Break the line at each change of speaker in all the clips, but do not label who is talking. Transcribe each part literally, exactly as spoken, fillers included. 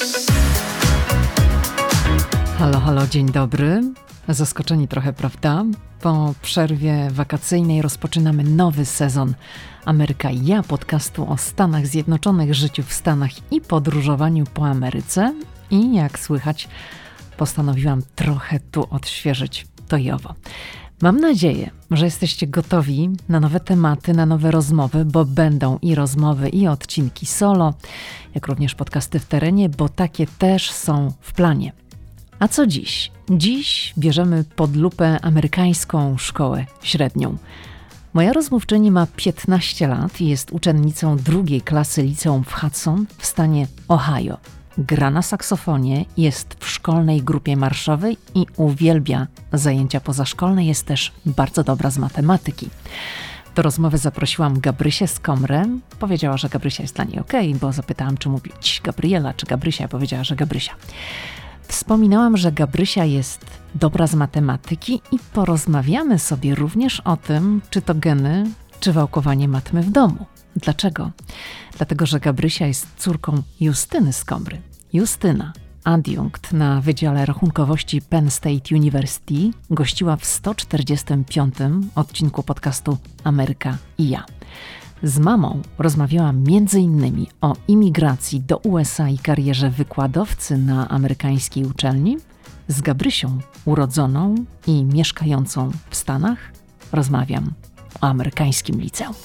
Halo, halo, dzień dobry. Zaskoczeni trochę, prawda? Po przerwie wakacyjnej rozpoczynamy nowy sezon Ameryka i ja, podcastu o Stanach Zjednoczonych, życiu w Stanach i podróżowaniu po Ameryce. I jak słychać, postanowiłam trochę tu odświeżyć to i owo. Mam nadzieję, że jesteście gotowi na nowe tematy, na nowe rozmowy, bo będą i rozmowy, i odcinki solo, jak również podcasty w terenie, bo takie też są w planie. A co dziś? Dziś bierzemy pod lupę amerykańską szkołę średnią. Moja rozmówczyni ma piętnaście lat i jest uczennicą drugiej klasy liceum w Hudson w stanie Ohio. Gra na saksofonie, jest w szkolnej grupie marszowej i uwielbia zajęcia pozaszkolne, jest też bardzo dobra z matematyki. Do rozmowy zaprosiłam Gabrysię Skomrę. Powiedziała, że Gabrysia jest dla niej okej, bo zapytałam, czy mówić Gabriela, czy Gabrysia. Powiedziała, że Gabrysia. Wspominałam, że Gabrysia jest dobra z matematyki i porozmawiamy sobie również o tym, czy to geny, czy wałkowanie matmy w domu. Dlaczego? Dlatego, że Gabrysia jest córką Justyny Skomry. Justyna, adiunkt na Wydziale Rachunkowości Penn State University, gościła w sto czterdziestym piątym odcinku podcastu Ameryka i ja. Z mamą rozmawiałam między innymi o imigracji do U S A i karierze wykładowcy na amerykańskiej uczelni. Z Gabrysią, urodzoną i mieszkającą w Stanach, rozmawiam o amerykańskim liceum.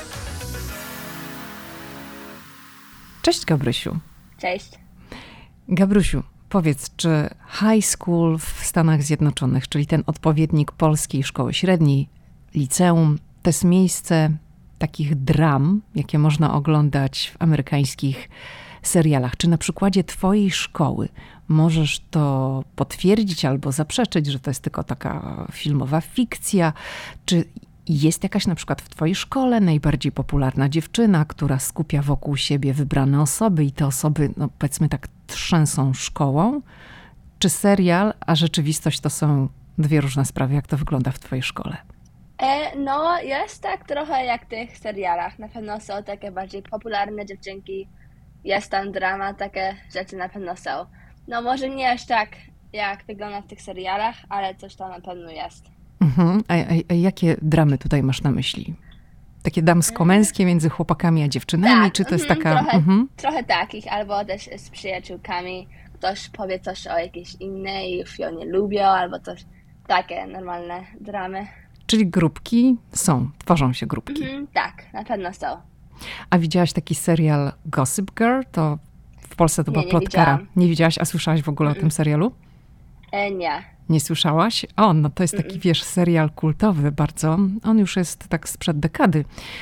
Cześć Gabrysiu.
Cześć.
Gabrysiu, powiedz, czy high school w Stanach Zjednoczonych, czyli ten odpowiednik polskiej szkoły średniej, liceum, to jest miejsce takich dram, jakie można oglądać w amerykańskich serialach. Czy na przykładzie twojej szkoły możesz to potwierdzić albo zaprzeczyć, że to jest tylko taka filmowa fikcja? Czy jest jakaś na przykład w twojej szkole najbardziej popularna dziewczyna, która skupia wokół siebie wybrane osoby i te osoby, no powiedzmy tak, trzęsą szkołą? Czy serial, a rzeczywistość to są dwie różne sprawy? Jak to wygląda w twojej szkole?
E, no, jest tak trochę jak w tych serialach. Na pewno są takie bardziej popularne dziewczynki. Jest tam drama, takie rzeczy na pewno są. No może nie aż tak, jak wygląda w tych serialach, ale coś tam na pewno jest.
Mhm. A, a, a jakie dramy tutaj masz na myśli? Takie damsko-męskie między chłopakami a dziewczynami?
Tak,
czy to jest
mhm,
taka...
trochę,
Mhm.
trochę takich, albo też z przyjaciółkami. Ktoś powie coś o jakiejś innej, już ją nie lubią, albo coś takie normalne dramy.
Czyli grupki są, tworzą się grupki.
Mhm, tak, na pewno są.
A widziałaś taki serial Gossip Girl? To w Polsce to
Nie,
była
nie
plotkara.
widziałam.
Nie widziałaś, a słyszałaś w ogóle
Mm-mm.
o tym serialu?
E, nie.
Nie słyszałaś? O, no to jest taki,
Mm-mm.
wiesz, serial kultowy bardzo. On już jest tak sprzed dekady.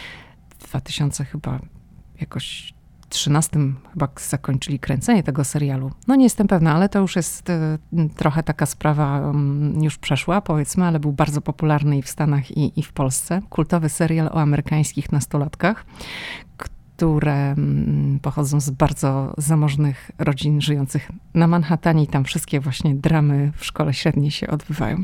W dwa tysiące chyba jakoś trzynastym chyba zakończyli kręcenie tego serialu. No nie jestem pewna, ale to już jest e, trochę taka sprawa um, już przeszła, powiedzmy, ale był bardzo popularny i w Stanach, i, i w Polsce. Kultowy serial o amerykańskich nastolatkach, które um, pochodzą z bardzo zamożnych rodzin żyjących na Manhattanie i tam wszystkie właśnie dramy w szkole średniej się odbywają.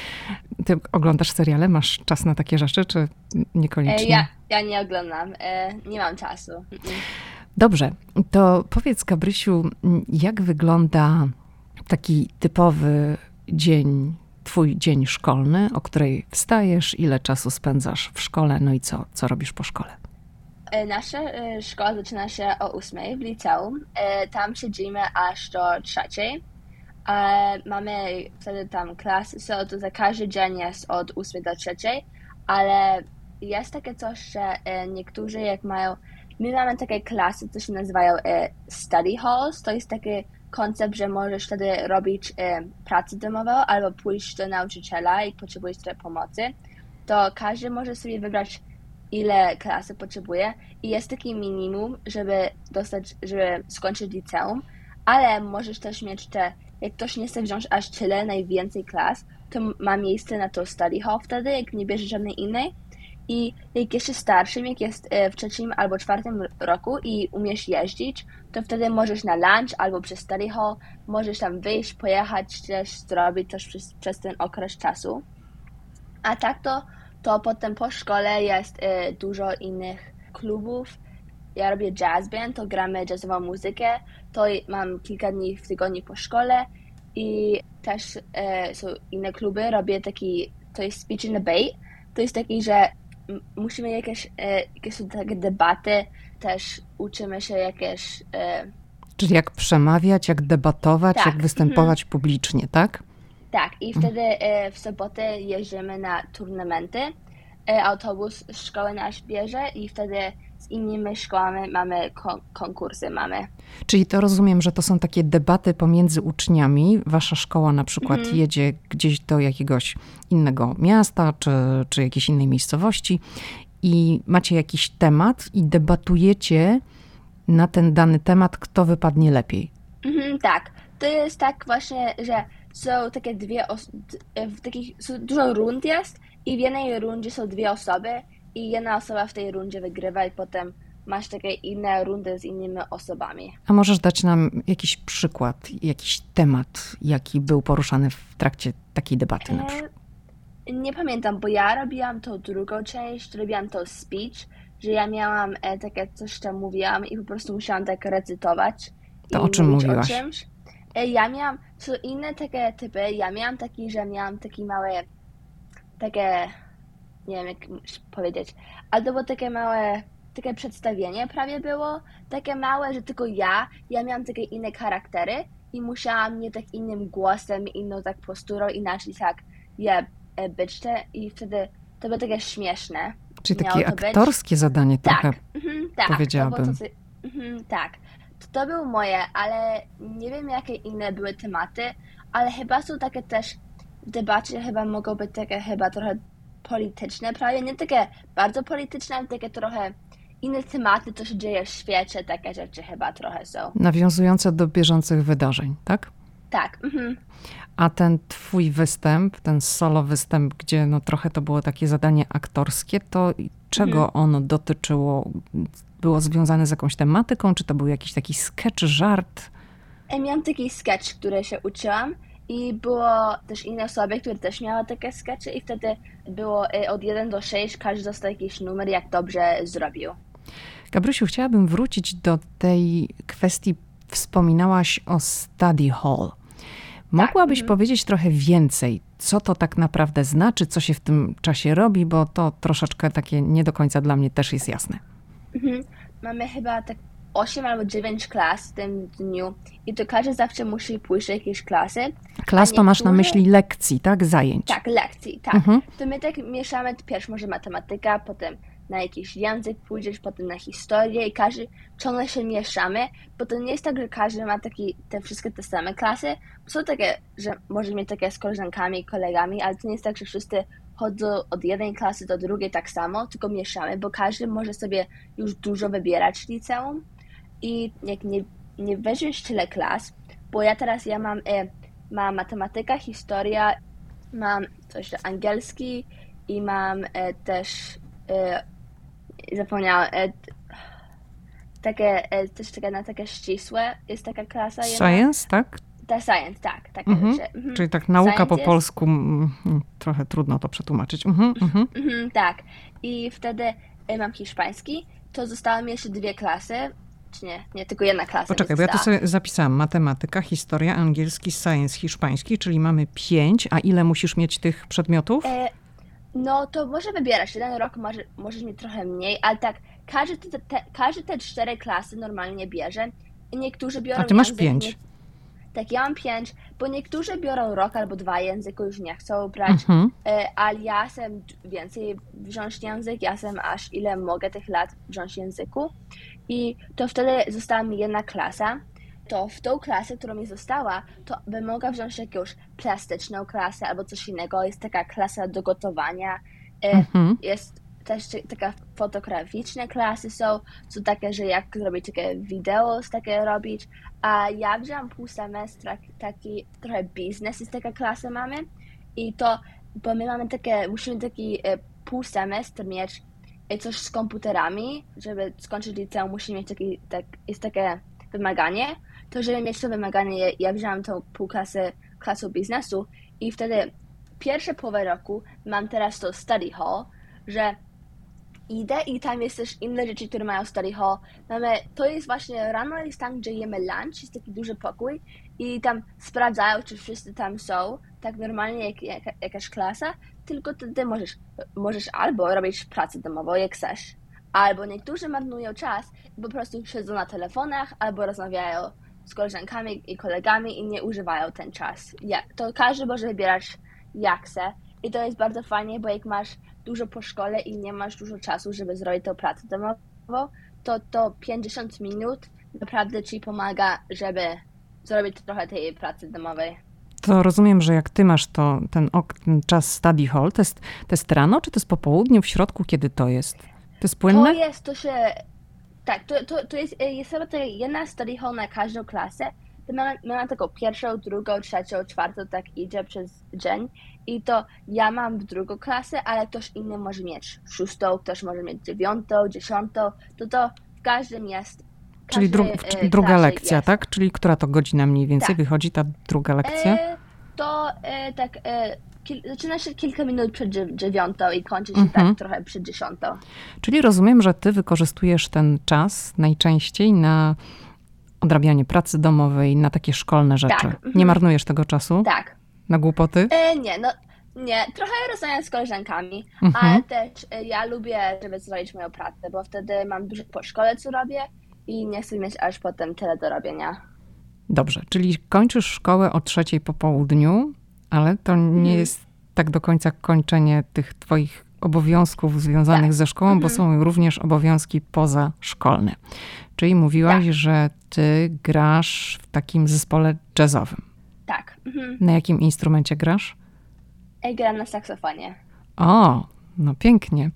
Ty oglądasz seriale? Masz czas na takie rzeczy, czy niekoniecznie?
E, ja, ja nie oglądam. E, nie mam czasu. Mm-mm.
Dobrze, to powiedz Gabrysiu, jak wygląda taki typowy dzień, twój dzień szkolny, o której wstajesz, ile czasu spędzasz w szkole, no i co, co robisz po szkole?
E, Nasza e, szkoła zaczyna się o ósmej w liceum. E, Tam siedzimy aż do trzeciej. E, Mamy wtedy tam klasy, so to za każdy dzień jest od ósmej do trzeciej, ale jest takie coś, że e, niektórzy jak mają, my mamy takie klasy, co się nazywają e, study halls, to jest taki koncept, że możesz wtedy robić e, pracę domową albo pójść do nauczyciela i potrzebujesz trochę pomocy, to każdy może sobie wybrać, ile klasy potrzebuje i jest taki minimum, żeby dostać, żeby skończyć liceum, ale możesz też mieć te, jak ktoś nie chce wziąć aż tyle, najwięcej klas, to ma miejsce na to study hall wtedy, jak nie bierze żadnej innej. I jak jeszcze starszym, jak jest w trzecim albo czwartym roku i umiesz jeździć, to wtedy możesz na lunch albo przez study hall, możesz tam wyjść, pojechać, też zrobić coś przez, przez ten okres czasu. A tak to, to potem po szkole jest y, dużo innych klubów ja robię jazz band, to gramy jazzową muzykę, to mam kilka dni w tygodniu po szkole i też e, są inne kluby, robię taki, to jest speech and debate, to jest taki, że m- musimy jakieś, e, jakieś są takie debaty, też uczymy się jakieś... E,
Czyli jak przemawiać, jak debatować,
Tak,
jak występować publicznie, tak?
tak, i wtedy e, w sobotę jeździmy na turnamenty, e, autobus z szkoły nas bierze i wtedy z innymi szkołami mamy kon- konkursy, mamy.
Czyli to rozumiem, że to są takie debaty pomiędzy uczniami. Wasza szkoła na przykład
Mhm.
jedzie gdzieś do jakiegoś innego miasta, czy, czy jakiejś innej miejscowości i macie jakiś temat i debatujecie na ten dany temat, kto wypadnie lepiej.
Mhm, tak, to jest tak właśnie, że są takie dwie, os- d- w takich, są dużo rund jest i w jednej rundzie są dwie osoby i jedna osoba w tej rundzie wygrywa i potem masz takie inne rundy z innymi osobami.
A możesz dać nam jakiś przykład, jakiś temat, jaki był poruszany w trakcie takiej debaty na przykład?
E, nie pamiętam, bo ja robiłam tą drugą część, robiłam tą speech, że ja miałam e, takie coś tam mówiłam i po prostu musiałam tak recytować.
To
i
o czym
mówić
mówiłaś?
O czymś. E, ja miałam, są inne takie typy, ja miałam taki, że miałam taki małe, takie, nie wiem jak powiedzieć, ale to było takie małe, takie przedstawienie prawie było, takie małe, że tylko ja, ja miałam takie inne charaktery i musiałam nie tak innym głosem, inną tak posturą, inaczej tak je e, być te i wtedy to było takie śmieszne.
Czyli
Miało
takie
to być.
aktorskie zadanie trochę.
Tak, mhm, tak,
powiedziałabym.
To było to, co, mhm, tak. To, to było moje, ale nie wiem jakie inne były tematy, ale chyba są takie też w debacie chyba mogą być takie chyba trochę polityczne prawie, nie takie bardzo polityczne, ale takie trochę inne tematy, co się dzieje w świecie, takie rzeczy chyba trochę są.
Nawiązujące do bieżących wydarzeń, tak?
Tak, mhm.
A ten twój występ, ten solo występ, gdzie no trochę to było takie zadanie aktorskie, to czego
Mhm.
ono dotyczyło? Było związane z jakąś tematyką? Czy to był jakiś taki sketch, żart?
Ja miałam taki sketch, który się uczyłam i było też inne osoby, które też miały takie sketche i wtedy było y, od jeden do sześciu, każdy dostał jakiś numer, jak dobrze zrobił.
Gabrysiu, chciałabym wrócić do tej kwestii, wspominałaś o study hall. Mogłabyś
mhm.
powiedzieć trochę więcej, co to tak naprawdę znaczy, co się w tym czasie robi, bo to troszeczkę takie nie do końca dla mnie też jest jasne.
Mhm. Mamy chyba tak osiem albo dziewięć klas w tym dniu i to każdy zawsze musi pójść do jakiejś klasy.
Klas to masz na
niektóre-
myśli lekcji, tak? Zajęć.
Tak, lekcji, tak.
Mhm.
To my tak mieszamy, pierwszy może matematyka, potem na jakiś język pójdziesz, potem na historię i każdy ciągle się mieszamy, bo to nie jest tak, że każdy ma taki, te wszystkie te same klasy. Są takie, że może mieć takie z koleżankami, kolegami, ale to nie jest tak, że wszyscy chodzą od jednej klasy do drugiej tak samo, tylko mieszamy, bo każdy może sobie już dużo wybierać w liceum i jak nie, nie weźmiesz tyle klas, bo ja teraz ja mam, e, mam matematyka, historia, mam coś angielski i mam e, też e, zapomniałam e, t- takie e, też takie na takie ścisłe jest taka klasa jedna.
Science, tak?
Ta science, tak, takie
Mhm.
rzeczy. Mhm.
Czyli tak nauka
Science
po
jest-
polsku, mm, mm, trochę trudno to przetłumaczyć. Mhm, mhm.
Mhm, tak. I wtedy e, mam hiszpański, to zostały mi jeszcze dwie klasy, czy nie, nie, tylko jedna klasa.
Poczekaj,
mi
bo ja tu
została.
sobie zapisałam matematyka, historia, angielski, science, hiszpański, czyli mamy pięć, a ile musisz mieć tych przedmiotów?
E, no to może wybierać. Jeden rok może, możesz mieć trochę mniej, ale tak, każdy te, te, każdy te cztery klasy normalnie bierze. I niektórzy biorą
A ty masz
język,
pięć.
Nie, tak, ja mam pięć, bo niektórzy biorą rok albo dwa języki, już nie chcą brać,
Mhm.
e, ale ja chcę więcej wziąć język, ja chcę aż ile mogę tych lat wziąć języku. I to wtedy została mi jedna klasa. To w tą klasę, która mi została, to bym mogła wziąć jakąś plastyczną klasę albo coś innego. Jest taka klasa do gotowania. E,
Mhm.
Jest też czy- taka fotograficzne klasy są, są takie, że jak zrobić takie wideo, takie robić. A ja wziąłam pół semestra, taki trochę biznes jest taka klasa mamy. I to, bo my mamy takie, musimy taki e, pół semestr mieć e, coś z komputerami, żeby skończyć liceum, musimy mieć taki, tak, jest takie wymaganie. To żeby mieć to wymaganie, ja, ja wziąłam tą pół klasę, klasę biznesu i wtedy pierwsze połowę roku mam teraz to study hall, że idę i tam jest też inne rzeczy, które mają study hall. Mamy, to jest właśnie, rano jest tam, gdzie jemy lunch, jest taki duży pokój i tam sprawdzają, czy wszyscy tam są, tak normalnie jak, jak jakaś klasa, tylko wtedy możesz, możesz albo robić pracę domową, jak chcesz, albo niektórzy marnują czas i po prostu siedzą na telefonach, albo rozmawiają z koleżankami i kolegami i nie używają ten czas. Ja, to każdy może wybierać jak chce i to jest bardzo fajnie, bo jak masz dużo po szkole i nie masz dużo czasu, żeby zrobić tą pracę domową, to to pięćdziesiąt minut naprawdę ci pomaga, żeby zrobić trochę tej pracy domowej.
To rozumiem, że jak ty masz to, ten, ok, ten czas study hall, to jest, to jest rano, czy to jest po południu, w środku, kiedy to jest? To jest płynne?
To jest, to się, tak, to, to, to jest, jest chyba jedna study hall na każdą klasę. My mamy, my mamy taką pierwszą, drugą, trzecią, czwartą, tak idzie przez dzień. I to ja mam drugą klasę, ale ktoś inny może mieć szóstą, ktoś może mieć dziewiątą, dziesiątą. To to w każdym jest.
Czyli dru,
e,
druga lekcja,
jest.
tak? Czyli która to godzina mniej więcej
tak.
wychodzi ta druga lekcja?
E, to e, tak, e, kil, zaczyna się kilka minut przed dziewiątą i kończy się mhm. tak trochę przed dziesiątą.
Czyli rozumiem, że ty wykorzystujesz ten czas najczęściej na odrabianie pracy domowej, na takie szkolne rzeczy.
Tak. Mhm.
Nie marnujesz tego czasu?
Tak.
Na głupoty?
E, nie, no nie, trochę rozmawiam z koleżankami,
mhm.
ale też e, ja lubię, żeby zrobić moją pracę, bo wtedy mam dużo po szkole, co robię i nie chcę mieć aż potem tyle do robienia.
Dobrze, czyli kończysz szkołę o trzeciej po południu, ale to nie mhm. jest tak do końca kończenie tych twoich obowiązków związanych tak. ze szkołą, mhm. bo są również obowiązki pozaszkolne. Czyli mówiłaś, tak. że ty grasz w takim zespole jazzowym.
Tak. Mhm.
Na jakim instrumencie grasz?
Ja gram na saksofonie.
O, no pięknie.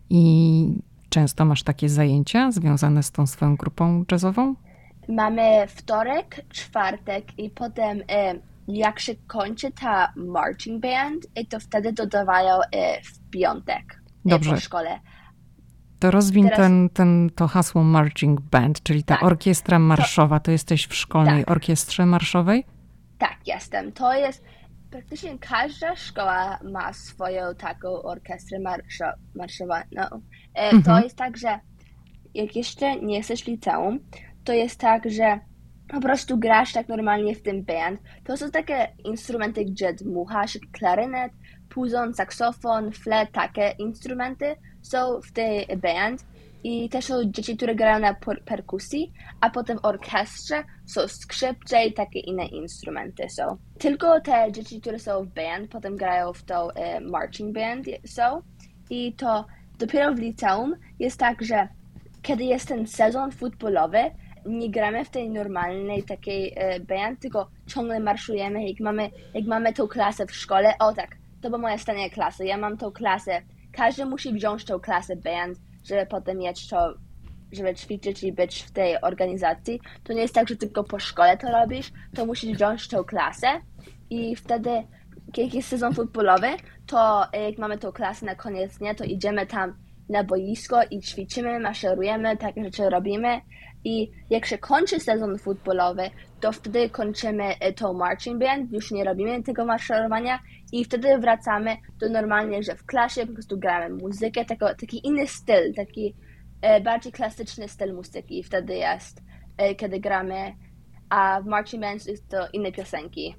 I często masz takie zajęcia związane z tą swoją grupą jazzową?
Mamy wtorek, czwartek i potem e, jak się kończy ta marching band, i to wtedy dodawają e, w piątek
Dobrze.
E, po szkole.
To rozwiń
Teraz...
ten, ten, to hasło marching band, czyli ta
tak.
orkiestra marszowa. To... to jesteś w szkolnej
tak.
orkiestrze marszowej?
Tak, jestem. To jest, praktycznie każda szkoła ma swoją taką orkiestrę marszo, marszową. E,
mhm.
To jest tak, że jak jeszcze nie jesteś w liceum, to jest tak, że po prostu grasz tak normalnie w tym band. To są takie instrumenty, gdzie dmuchasz, klarynet, puzon, saksofon, flet, takie instrumenty są w tej band. I też są dzieci, które grają na per- perkusji, a potem w orkiestrze są skrzypce i takie inne instrumenty są. Tylko te dzieci, które są w band, potem grają w tą e, marching band są. I to dopiero w liceum jest tak, że kiedy jest ten sezon futbolowy, nie gramy w tej normalnej takiej e, band, tylko ciągle marszujemy, jak mamy, jak mamy tą klasę w szkole. O tak, to była moja ostatnia klasa, ja mam tą klasę, każdy musi wziąć tą klasę band, żeby potem mieć to, żeby ćwiczyć i być w tej organizacji. To nie jest tak, że tylko po szkole to robisz, to musisz wziąć tą klasę i wtedy, jak jest sezon futbolowy, to jak mamy tą klasę na koniec dnia, to idziemy tam na boisko i ćwiczymy, maszerujemy, takie rzeczy robimy i jak się kończy sezon futbolowy, to wtedy kończymy tą marching band, już nie robimy tego maszerowania i wtedy wracamy do normalnie, że w klasie po prostu gramy muzykę, taki, taki inny styl, taki e, bardziej klasyczny styl muzyki wtedy jest, e, kiedy gramy, a w marching band jest to inne piosenki.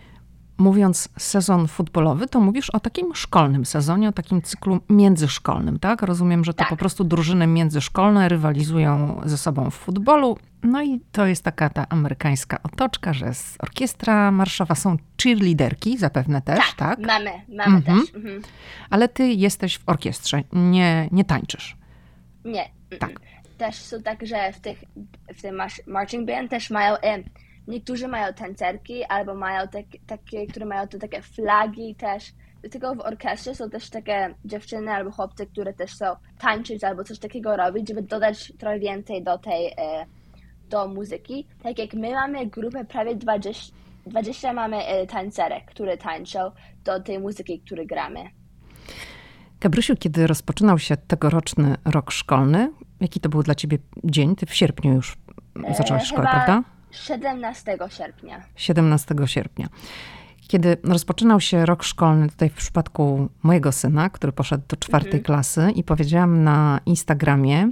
Mówiąc sezon futbolowy, to mówisz o takim szkolnym sezonie, o takim cyklu międzyszkolnym, tak? Rozumiem, że to
tak.
po prostu drużyny międzyszkolne rywalizują ze sobą w futbolu. No i to jest taka ta amerykańska otoczka, że jest orkiestra marszowa, są cheerleaderki zapewne też, tak?
Tak, mamy, mamy
mhm.
też. Mhm.
Ale ty jesteś w orkiestrze, nie, nie tańczysz.
Nie.
Tak.
Też są tak, że w, tych, w tym marching band też mają... E, Niektórzy mają tancerki, albo mają tak, takie, które mają to takie flagi też. Tylko w orkiestrze są też takie dziewczyny albo chłopcy, które też chcą tańczyć albo coś takiego robić, żeby dodać trochę więcej do tej e, do muzyki. Tak jak my mamy grupę prawie dwadzieścia, dwadzieścia mamy e, tancerek, które tańczą do tej muzyki, której gramy.
Gabrysiu, kiedy rozpoczynał się tegoroczny rok szkolny, jaki to był dla ciebie dzień? Ty w sierpniu już zaczęłaś
e,
szkołę, prawda?
siedemnastego sierpnia.
siedemnastego sierpnia. Kiedy rozpoczynał się rok szkolny, tutaj w przypadku mojego syna, który poszedł do czwartej mhm. klasy i powiedziałam na Instagramie,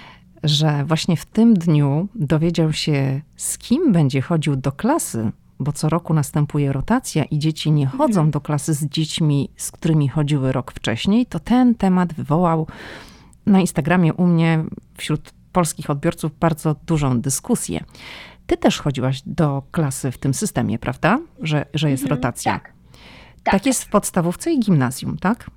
że właśnie w tym dniu dowiedział się, z kim będzie chodził do klasy, bo co roku następuje rotacja i dzieci nie chodzą mhm. do klasy z dziećmi, z którymi chodziły rok wcześniej, to ten temat wywołał na Instagramie u mnie wśród polskich odbiorców bardzo dużą dyskusję. Ty też chodziłaś do klasy w tym systemie, prawda? Że, że jest mhm, rotacja.
Tak. tak.
Tak jest w podstawówce i gimnazjum, tak?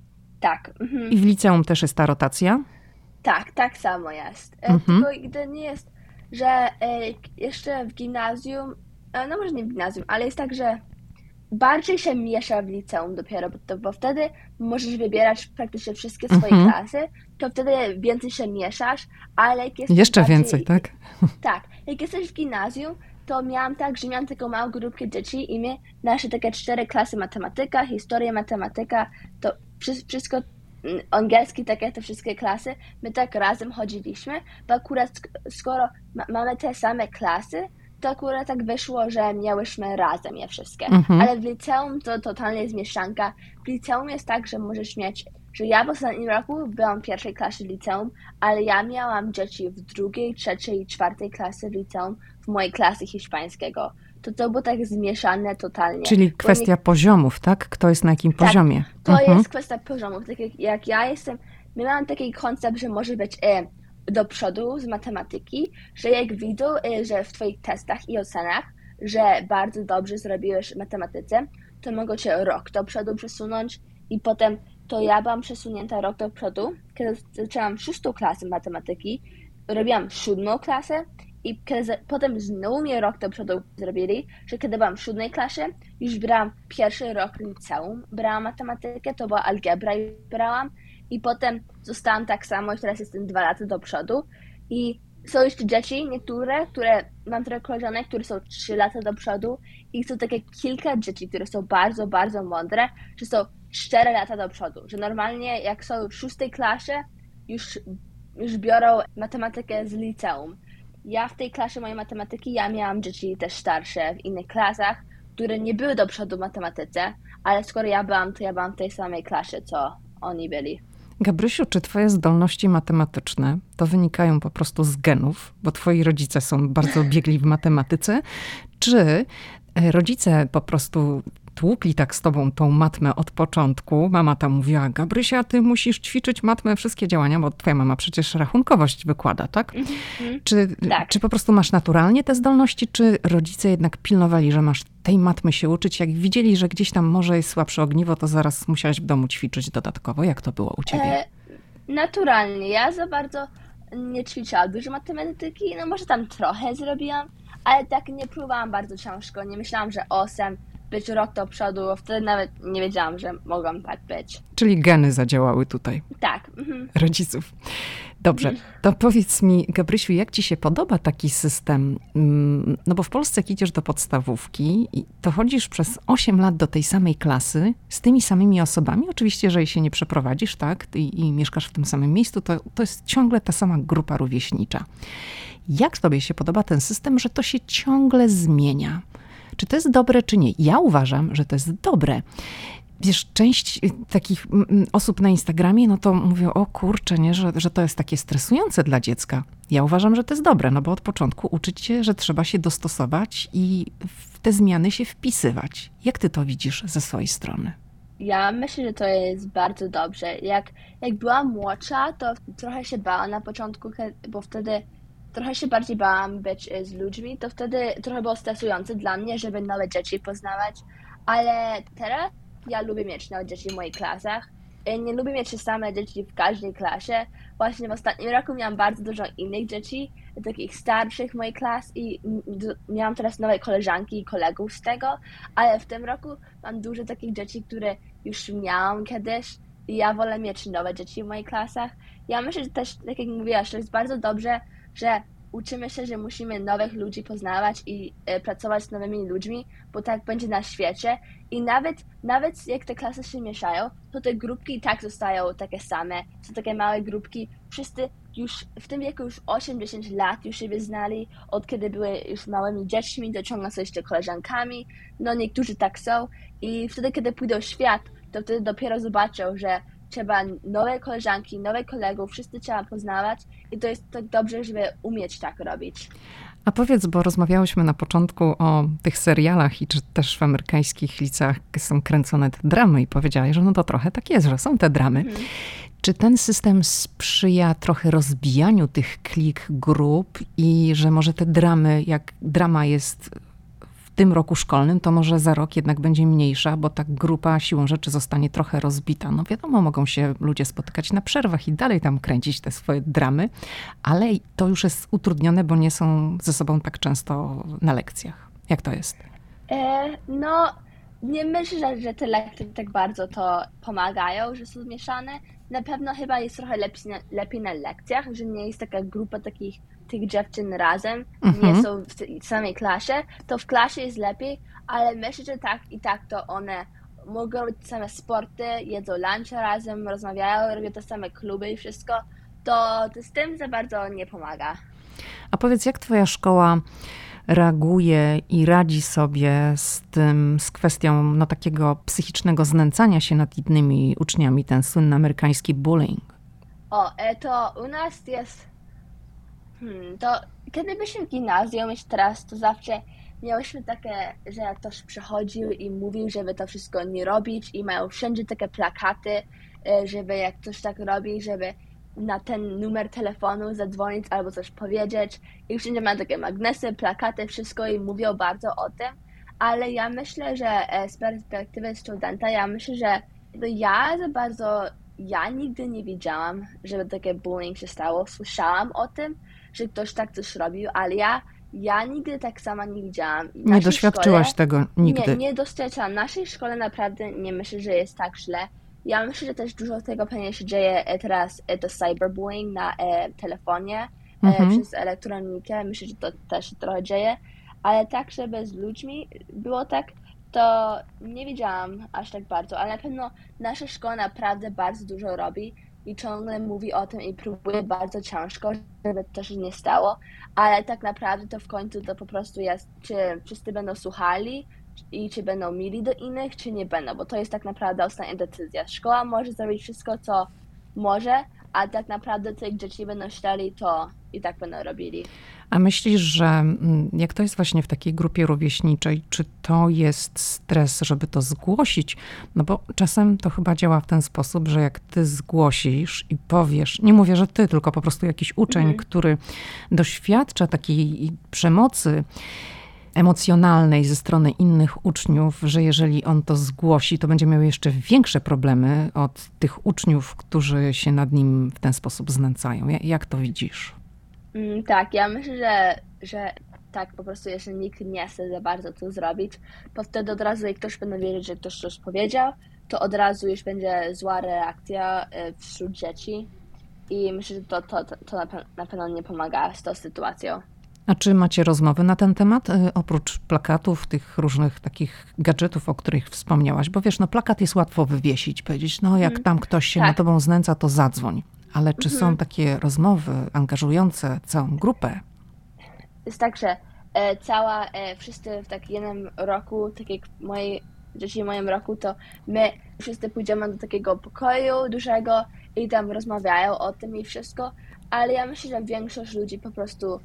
Tak. Mhm.
I w liceum też jest ta rotacja?
Tak, tak samo jest.
Mhm.
Tylko gdy nie jest, że e, jeszcze w gimnazjum, e, no może nie w gimnazjum, ale jest tak, że bardziej się miesza w liceum dopiero, bo, to, bo wtedy możesz wybierać praktycznie wszystkie swoje mhm. klasy, to wtedy więcej się mieszasz, ale jak jesteś
Jeszcze
bardziej,
więcej, tak?
Tak. Jak jesteś w gimnazjum, to miałam tak, że miałam taką małą grupkę dzieci i my, nasze takie cztery klasy matematyka, historia, matematyka, to wszystko, angielski, takie te wszystkie klasy, my tak razem chodziliśmy, bo akurat skoro ma, mamy te same klasy, to akurat tak wyszło, że miałyśmy razem je wszystkie. Mhm. Ale w liceum to totalnie jest mieszanka. W liceum jest tak, że możesz mieć, że ja w ostatnim roku byłam w pierwszej klasie liceum, ale ja miałam dzieci w drugiej, trzeciej i czwartej klasie liceum w mojej klasie hiszpańskiego. To to było tak zmieszane totalnie.
Czyli kwestia nie... poziomów, tak? Kto jest na jakim
tak,
poziomie?
To
mhm.
jest kwestia poziomów. Tak jak, jak ja jestem, my mamy taki koncept, że może być e, do przodu z matematyki, że jak widzą, e, że w twoich testach i ocenach, że bardzo dobrze zrobiłeś w matematyce, to mogą cię rok do przodu przesunąć i potem to ja byłam przesunięta rok do przodu, kiedy zaczęłam szóstą klasę matematyki, robiłam siódmą klasę i kiedy, potem znowu mnie rok do przodu zrobili, że kiedy byłam w siódmej klasie, już brałam pierwszy rok liceum, brałam matematykę, to była algebra i brałam i potem zostałam tak samo i teraz jestem dwa lata do przodu i są jeszcze dzieci, niektóre, które mam trochę koleżanek, które są trzy lata do przodu i są takie kilka dzieci, które są bardzo, bardzo mądre, że są cztery lata do przodu, że normalnie jak są w szóstej klasie, już, już biorą matematykę z liceum. Ja w tej klasie mojej matematyki, ja miałam dzieci też starsze w innych klasach, które nie były do przodu w matematyce, ale skoro ja byłam, to ja byłam w tej samej klasie, co oni byli.
Gabrysiu, czy twoje zdolności matematyczne to wynikają po prostu z genów, bo twoi rodzice są bardzo biegli w matematyce, czy rodzice po prostu tłukli tak z tobą tą matmę od początku? Mama tam mówiła, Gabrysia, ty musisz ćwiczyć matmę, wszystkie działania, bo twoja mama przecież rachunkowość wykłada, tak? Mm-hmm. Czy,
tak?
Czy po prostu masz naturalnie te zdolności, czy rodzice jednak pilnowali, że masz tej matmy się uczyć? Jak widzieli, że gdzieś tam może jest słabsze ogniwo, to zaraz musiałaś w domu ćwiczyć dodatkowo. Jak to było u ciebie?
E, naturalnie. Ja za bardzo nie ćwiczyłam dużo matematyki, no może tam trochę zrobiłam, ale tak nie próbowałam bardzo ciężko. Nie myślałam, że osiem być rok do przodu, wtedy nawet nie wiedziałam, że mogłam tak być.
Czyli geny zadziałały tutaj.
Tak. Mhm.
Rodziców. Dobrze, to powiedz mi, Gabrysiu, jak ci się podoba taki system? No bo w Polsce jak idziesz do podstawówki, to chodzisz przez osiem lat do tej samej klasy z tymi samymi osobami. Oczywiście, jeżeli się nie przeprowadzisz, tak, i, i mieszkasz w tym samym miejscu, to, to jest ciągle ta sama grupa rówieśnicza. Jak tobie się podoba ten system, że to się ciągle zmienia? Czy to jest dobre, czy nie? Ja uważam, że to jest dobre. Wiesz, część takich osób na Instagramie, no to mówią, o kurczę, nie, że, że to jest takie stresujące dla dziecka. Ja uważam, że to jest dobre, no bo od początku uczyć się, że trzeba się dostosować i w te zmiany się wpisywać. Jak ty to widzisz ze swojej strony?
Ja myślę, że to jest bardzo dobrze. Jak, jak byłam młodsza, to trochę się bałam na początku, bo wtedy trochę się bardziej bałam być z ludźmi, to wtedy trochę było stresujące dla mnie, żeby nowe dzieci poznawać, ale teraz ja lubię mieć nowe dzieci w moich klasach. Nie lubię mieć same dzieci w każdej klasie. Właśnie w ostatnim roku miałam bardzo dużo innych dzieci, takich starszych w mojej klas i miałam teraz nowe koleżanki i kolegów z tego, ale w tym roku mam dużo takich dzieci, które już miałam kiedyś i ja wolę mieć nowe dzieci w moich klasach. Ja myślę, że też, tak jak mówiłaś, to jest bardzo dobrze, że uczymy się, że musimy nowych ludzi poznawać i e, pracować z nowymi ludźmi, bo tak będzie na świecie. I nawet, nawet jak te klasy się mieszają, to te grupki i tak zostają takie same. Są takie małe grupki. Wszyscy już w tym wieku już osiem dziesięć lat już siebie znali, od kiedy były już małymi dziećmi, to ciągle są jeszcze koleżankami, no niektórzy tak są i wtedy, kiedy pójdą w świat, to wtedy dopiero zobaczą, że trzeba nowe koleżanki, nowych kolegów, wszyscy trzeba poznawać i to jest tak dobrze, żeby umieć tak robić.
A powiedz, bo rozmawiałyśmy na początku o tych serialach i czy też w amerykańskich liceach są kręcone te dramy i powiedziałaś, że no to trochę tak jest, że są te dramy. Mhm. Czy ten system sprzyja trochę rozbijaniu tych klik, grup i że może te dramy, jak drama jest w tym roku szkolnym, to może za rok jednak będzie mniejsza, bo ta grupa siłą rzeczy zostanie trochę rozbita. No wiadomo, mogą się ludzie spotykać na przerwach i dalej tam kręcić te swoje dramy, ale to już jest utrudnione, bo nie są ze sobą tak często na lekcjach. Jak to jest?
E, no, nie myślę, że, że te lekcje tak bardzo to pomagają, że są zmieszane. Na pewno chyba jest trochę lepiej na, lepiej na lekcjach, że nie jest taka grupa takich tych dziewczyn razem, mhm. nie są w tej samej klasie, to w klasie jest lepiej, ale myślę, że tak i tak to one mogą robić same sporty, jedzą lunche razem, rozmawiają, robią te same kluby i wszystko, to, to z tym za bardzo nie pomaga.
A powiedz, jak twoja szkoła reaguje i radzi sobie z tym, z kwestią no, takiego psychicznego znęcania się nad innymi uczniami, ten słynny amerykański bullying?
O, to u nas jest, hmm, to kiedy byliśmy w gimnazjum jeszcze teraz, to zawsze miałyśmy takie, że ktoś przychodził i mówił, żeby to wszystko nie robić i mają wszędzie takie plakaty, żeby jak ktoś tak robi, żeby na ten numer telefonu zadzwonić albo coś powiedzieć i wszędzie mają takie magnesy, plakaty, wszystko i mówią bardzo o tym, ale ja myślę, że z perspektywy studenta, ja myślę, że ja za bardzo, ja nigdy nie widziałam, żeby takie bullying się stało, słyszałam o tym, że ktoś tak coś robił, ale ja, ja nigdy tak sama nie widziałam.
Nie doświadczyłaś szkole, tego nigdy?
Nie, nie doświadczyłam. W naszej szkole naprawdę nie myślę, że jest tak źle. Ja myślę, że też dużo tego pewnie się dzieje teraz, to cyberbullying na e, telefonie, mhm. e, przez elektronikę. Myślę, że to też się trochę dzieje, ale tak, żeby z ludźmi było tak, to nie widziałam aż tak bardzo, ale na pewno nasza szkoła naprawdę bardzo dużo robi i ciągle mówi o tym i próbuje bardzo ciężko, żeby to się nie stało, ale tak naprawdę to w końcu to po prostu jest, czy wszyscy będą słuchali i czy będą mili do innych, czy nie będą, bo to jest tak naprawdę ostatnia decyzja. Szkoła może zrobić wszystko, co może, a tak naprawdę te dzieci będą śleli, to i tak będą robili.
A myślisz, że jak to jest właśnie w takiej grupie rówieśniczej, czy to jest stres, żeby to zgłosić? No bo czasem to chyba działa w ten sposób, że jak ty zgłosisz i powiesz, nie mówię, że ty, tylko po prostu jakiś uczeń, mhm. który doświadcza takiej przemocy emocjonalnej ze strony innych uczniów, że jeżeli on to zgłosi, to będzie miał jeszcze większe problemy od tych uczniów, którzy się nad nim w ten sposób znęcają. Jak to widzisz?
Mm, tak, ja myślę, że, że tak po prostu jeszcze nikt nie chce za bardzo to zrobić, bo wtedy od razu jak ktoś będzie wiedzieć, że ktoś coś powiedział, to od razu już będzie zła reakcja wśród dzieci i myślę, że to, to, to, to na pewno nie pomaga z tą sytuacją.
A czy macie rozmowy na ten temat, oprócz plakatów, tych różnych takich gadżetów, o których wspomniałaś? Bo wiesz, no plakat jest łatwo wywiesić, powiedzieć, no jak tam ktoś się tak. na tobą znęca, to zadzwoń. Ale czy mhm. są takie rozmowy angażujące całą grupę?
Jest tak, że e, cała, e, wszyscy w tak jednym roku, tak jak moje dzieci w moim roku, to my wszyscy pójdziemy do takiego pokoju dużego i tam rozmawiają o tym i wszystko, ale ja myślę, że większość ludzi po prostu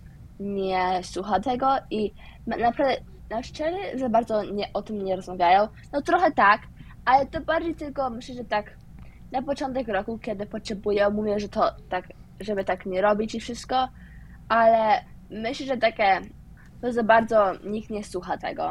nie słucha tego i naprawdę na szczerze za bardzo nie, o tym nie rozmawiają. No trochę tak, ale to bardziej tylko myślę, że tak na początek roku, kiedy potrzebuję, mówię, że to tak, żeby tak nie robić i wszystko, ale myślę, że takie, to za bardzo nikt nie słucha tego.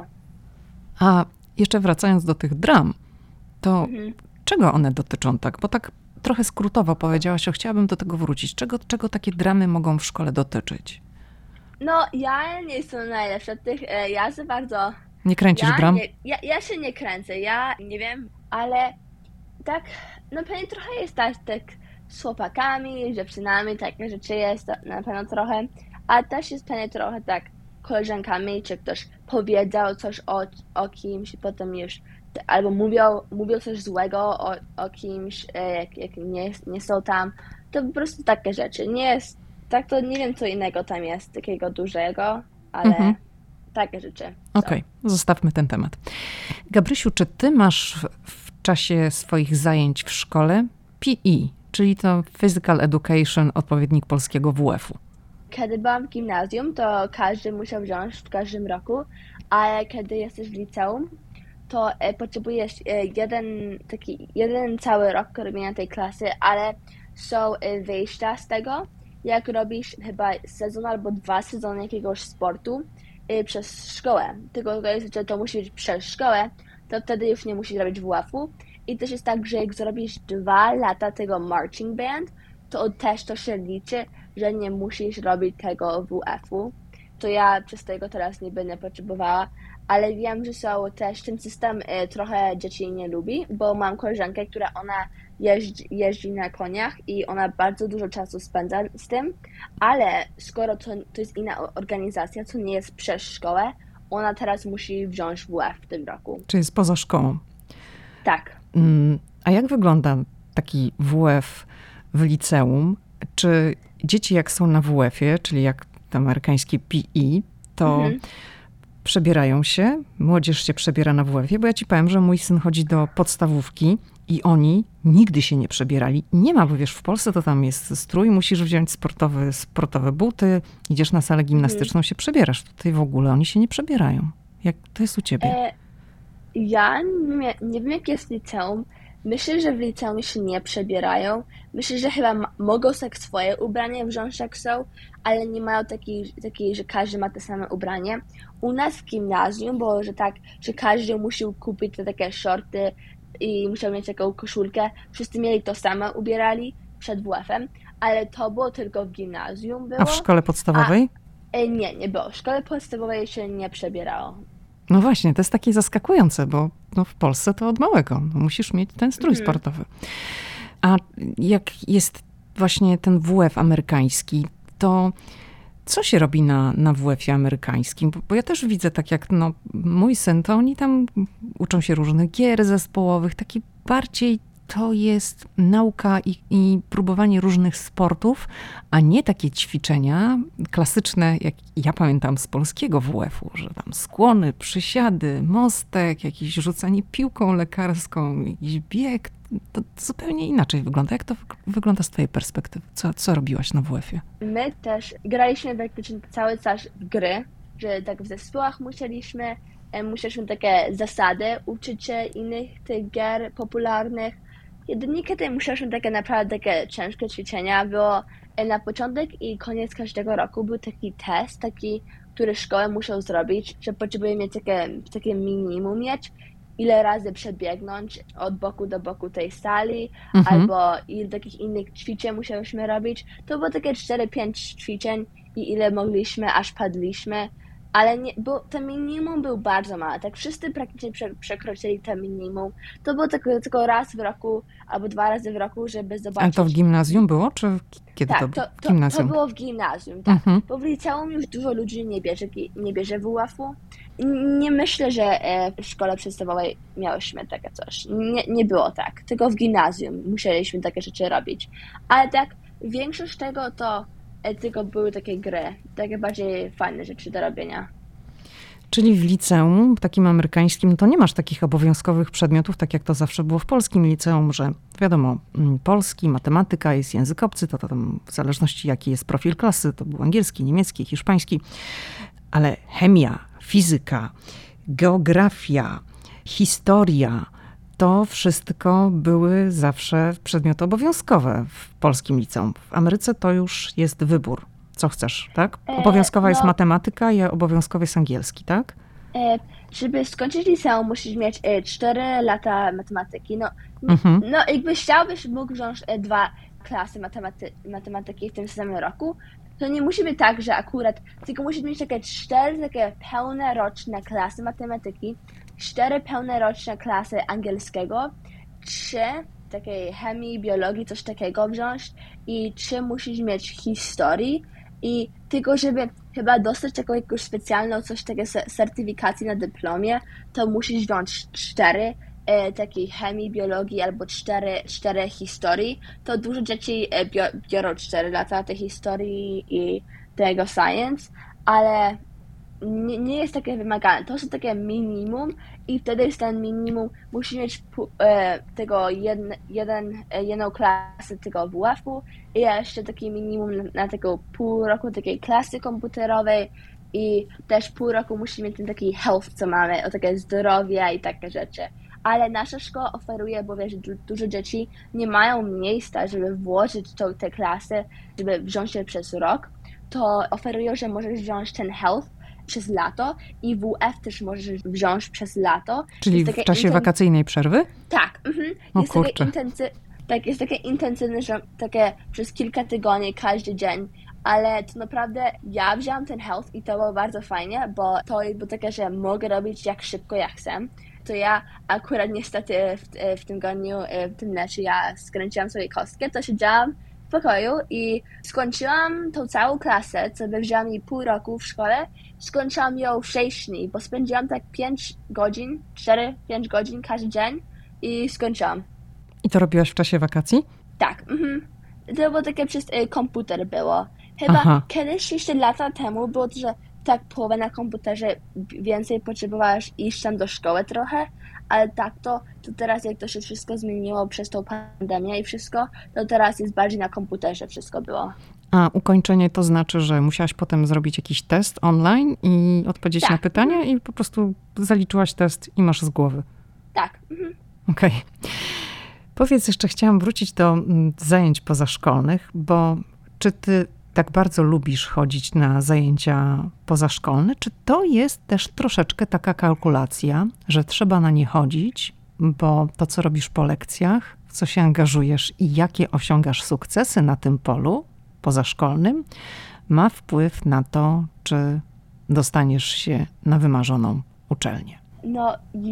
A jeszcze wracając do tych dram, to mhm. czego one dotyczą tak? Bo tak trochę skrótowo powiedziałaś, że chciałabym do tego wrócić. Czego, czego takie dramy mogą w szkole dotyczyć?
No, ja nie jestem najlepsza od tych, ja za bardzo...
Nie kręcisz
ja
dram?
Nie, ja, ja się nie kręcę, ja nie wiem, ale tak, no pewnie trochę jest tak, tak z chłopakami, dziewczynami, takie rzeczy jest na pewno trochę, a też jest pewnie trochę tak koleżankami, czy ktoś powiedział coś o, o kimś i potem już albo mówią, mówią coś złego o, o kimś, jak, jak nie, nie są tam, To po prostu takie rzeczy. Nie jest, tak to nie wiem, co innego tam jest takiego dużego, ale mhm. takie rzeczy.
Okej, okay, zostawmy ten temat. Gabrysiu, czy ty masz w, w czasie swoich zajęć w szkole P E, czyli to Physical Education, odpowiednik polskiego W F-u?
Kiedy byłam w gimnazjum, to każdy musiał wziąć w każdym roku, ale kiedy jesteś w liceum, to e, potrzebujesz e, jeden taki jeden cały rok robienia tej klasy, ale są e, wyjścia z tego, jak robisz chyba sezon albo dwa sezony jakiegoś sportu e, przez szkołę. Tylko że to musi być przez szkołę, to wtedy już nie musisz robić W F-u. I też jest tak, że jak zrobisz dwa lata tego marching band, to też to się liczy, że nie musisz robić tego W F-u. To ja przez tego teraz nie będę potrzebowała, ale wiem, że są też ten system y, trochę dzieci nie lubi, bo mam koleżankę, która ona jeździ, jeździ na koniach i ona bardzo dużo czasu spędza z tym, ale skoro to, to jest inna organizacja, co nie jest przez szkołę, ona teraz musi wziąć W F w tym roku.
Czyli jest poza szkołą.
Tak.
A jak wygląda taki W F w liceum? Czy dzieci jak są na W F-ie, czyli jak to amerykańskie P E, to mhm. przebierają się, młodzież się przebiera na W F-ie, bo ja ci powiem, że mój syn chodzi do podstawówki i oni nigdy się nie przebierali. Nie ma, bo wiesz, w Polsce to tam jest strój, musisz wziąć sportowe, sportowe buty, idziesz na salę gimnastyczną, mhm. się przebierasz. Tutaj w ogóle oni się nie przebierają. Jak to jest u ciebie?
E, ja nie, nie wiem, jak jest w liceum. Myślę, że w liceum się nie przebierają. Myślę, że chyba ma, mogą tak swoje ubrania wziąć jak są, ale nie mają takiej, takiej, że każdy ma te same ubranie. U nas w gimnazjum było, że tak, że każdy musiał kupić te takie shorty i musiał mieć taką koszulkę. Wszyscy mieli to samo, ubierali przed W F-em, ale to było tylko w gimnazjum było.
A w szkole podstawowej?
A, nie, nie było. W szkole podstawowej się nie przebierało.
No właśnie, to jest takie zaskakujące, bo no w Polsce to od małego. No musisz mieć ten strój mhm. sportowy. A jak jest właśnie ten W F amerykański, to co się robi na, na W F-ie amerykańskim? Bo, bo ja też widzę, tak jak no, mój syn, to oni tam uczą się różnych gier zespołowych, taki bardziej to jest nauka i, i próbowanie różnych sportów, a nie takie ćwiczenia klasyczne, jak ja pamiętam z polskiego W F-u, że tam skłony, przysiady, mostek, jakieś rzucanie piłką lekarską, jakiś bieg. To zupełnie inaczej wygląda. Jak to wygląda z twojej perspektywy? Co, co robiłaś na W F-ie?
My też graliśmy praktycznie cały czas w gry, że tak w zespołach musieliśmy, musieliśmy takie zasady uczyć się innych tych gier popularnych. Jedynie kiedy musieliśmy takie naprawdę takie ciężkie ćwiczenia, było na początek i koniec każdego roku był taki test, taki, który szkoły muszą zrobić, że potrzebuje mieć takie, takie minimum mieć, ile razy przebiegnąć od boku do boku tej sali, mhm. albo ile takich innych ćwiczeń musieliśmy robić. To było takie cztery pięć ćwiczeń i ile mogliśmy, aż padliśmy. Ale nie, bo ten minimum był bardzo mały. Tak wszyscy praktycznie prze, przekroczyli ten minimum. To było tylko, tylko raz w roku albo dwa razy w roku, żeby zobaczyć.
A to w gimnazjum było, czy kiedy
tak,
to
było?
W gimnazjum?
To, to było w gimnazjum, tak. Mhm. Bo w liceum już dużo ludzi nie bierze, nie bierze W F-u. Nie myślę, że w szkole podstawowej miałyśmy takie coś. Nie, nie było tak. Tylko w gimnazjum musieliśmy takie rzeczy robić. Ale tak, większość tego to tylko były takie gry, takie bardziej fajne rzeczy do robienia.
Czyli w liceum takim amerykańskim to nie masz takich obowiązkowych przedmiotów, tak jak to zawsze było w polskim liceum, że wiadomo, polski, matematyka, jest język obcy, to, to tam w zależności jaki jest profil klasy, to był angielski, niemiecki, hiszpański, ale chemia, fizyka, geografia, historia, to wszystko były zawsze przedmioty obowiązkowe w polskim liceum. W Ameryce to już jest wybór. Co chcesz, tak? Obowiązkowa e, no, jest matematyka i obowiązkowy jest angielski, tak?
E, żeby skończyć liceum, musisz mieć e, cztery lata matematyki. No, mhm. no jakbyś chciał, byś mógł wziąć e, dwa klasy matematy- matematyki w tym samym roku. To nie musi być tak, że akurat, tylko musisz mieć takie cztery takie pełne roczne klasy matematyki, cztery pełne roczne klasy angielskiego, trzy takiej chemii, biologii, coś takiego wziąć i trzy musisz mieć historii i tylko żeby chyba dostać taką jakąś specjalną coś takiego certyfikacji na dyplomie, to musisz wziąć cztery e, takiej chemii, biologii albo cztery, cztery historii, to dużo dzieci e, biorą cztery lata tej historii i tego science, ale nie, nie jest takie wymagane. To są takie minimum i wtedy jest ten minimum, musi mieć e, tego jedne, jeden, e, jedną klasę tego W F-u i jeszcze taki minimum na, na tego pół roku takiej klasy komputerowej i też pół roku musi mieć ten taki health, co mamy, o takie zdrowie i takie rzeczy. Ale nasza szkoła oferuje, bo wiesz, du- dużo dzieci nie mają miejsca, żeby włożyć to, te klasy, żeby wziąć je przez rok, to oferują, że możesz wziąć ten health przez lato i W F też możesz wziąć przez lato.
Czyli w czasie inten... wakacyjnej przerwy?
Tak. Mhm.
O
jest
kurczę.
Takie intensy... tak, jest takie intensywne, że takie przez kilka tygodni, każdy dzień, ale to naprawdę ja wziąłam ten health i to było bardzo fajnie, bo to było takie, że mogę robić jak szybko jak chcę. To ja akurat niestety w, w tym tygodniu, w tym lecie ja skręciłam sobie kostkę, to siedziałam w pokoju i skończyłam tą całą klasę, co by wzięła mi pół roku w szkole, skończyłam ją w sześć dni, bo spędziłam tak pięć godzin, cztery pięć godzin każdy dzień i skończyłam.
I to robiłaś w czasie wakacji?
Tak, mhm. To było takie przez y, komputer było. Chyba Aha. kiedyś jeszcze lata temu było to, że tak połowę na komputerze więcej potrzebowałaś iść tam do szkoły trochę, ale tak to, to teraz jak to się wszystko zmieniło przez tą pandemię i wszystko, to teraz jest bardziej na komputerze wszystko było.
A ukończenie to znaczy, że musiałaś potem zrobić jakiś test online i odpowiedzieć tak. na pytania i po prostu zaliczyłaś test i masz z głowy.
Tak. Mhm.
Okej. Okay. Powiedz jeszcze, chciałam wrócić do zajęć pozaszkolnych, bo czy ty tak bardzo lubisz chodzić na zajęcia pozaszkolne? Czy to jest też troszeczkę taka kalkulacja, że trzeba na nie chodzić, bo to, co robisz po lekcjach, w co się angażujesz i jakie osiągasz sukcesy na tym polu pozaszkolnym, ma wpływ na to, czy dostaniesz się na wymarzoną uczelnię?
No,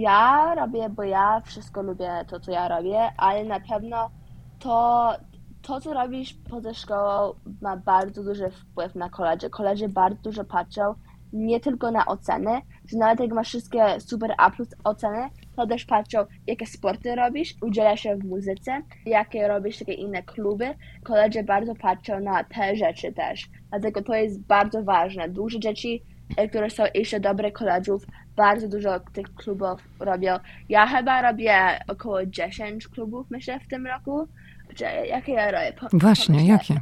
ja robię, bo ja wszystko lubię to, co ja robię, ale na pewno to, to co robisz poza szkołą, ma bardzo duży wpływ na koledzy. Koledzy bardzo dużo patrzą, nie tylko na oceny, że nawet jak masz wszystkie super A plus oceny, to też patrzą, jakie sporty robisz, udzielasz się w muzyce, jakie robisz takie inne kluby. Koledzy bardzo patrzą na te rzeczy też, dlatego to jest bardzo ważne. Dużo dzieci, które są jeszcze dobre kolegów, bardzo dużo tych klubów robią. Ja chyba robię około dziesięć klubów, myślę, w tym roku. Jakie ja robię? Po,
Właśnie,
pomyślę.
jakie?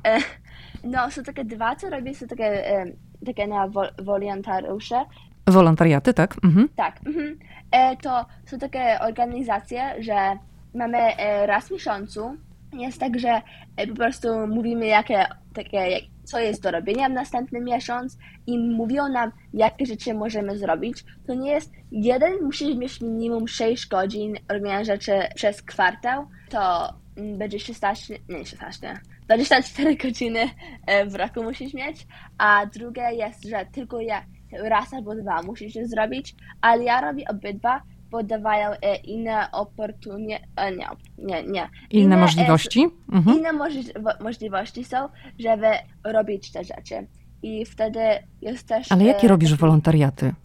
No, są takie dwa, co robię, są takie, takie na wolontariusze.
Wolontariaty, tak? Mhm.
Tak. Mhm. To są takie organizacje, że mamy raz w miesiącu. Jest tak, że po prostu mówimy, jakie, takie, co jest do robienia w następny miesiąc i mówią nam, jakie rzeczy możemy zrobić. To nie jest jeden, musisz mieć minimum sześć godzin robienia rzeczy przez kwartał, to będzie szesnaście, nie szesnaście, dwadzieścia cztery godziny w roku musisz mieć, a drugie jest, że tylko ja raz albo dwa musisz je zrobić, ale ja robię obydwa, bo dawają e, inne oportunie, e, nie, nie, nie.
Inne, inne możliwości?
E, mhm. Inne możli- możliwości są, żeby robić te rzeczy. I wtedy jest też...
Ale jakie
e,
robisz taki, wolontariaty?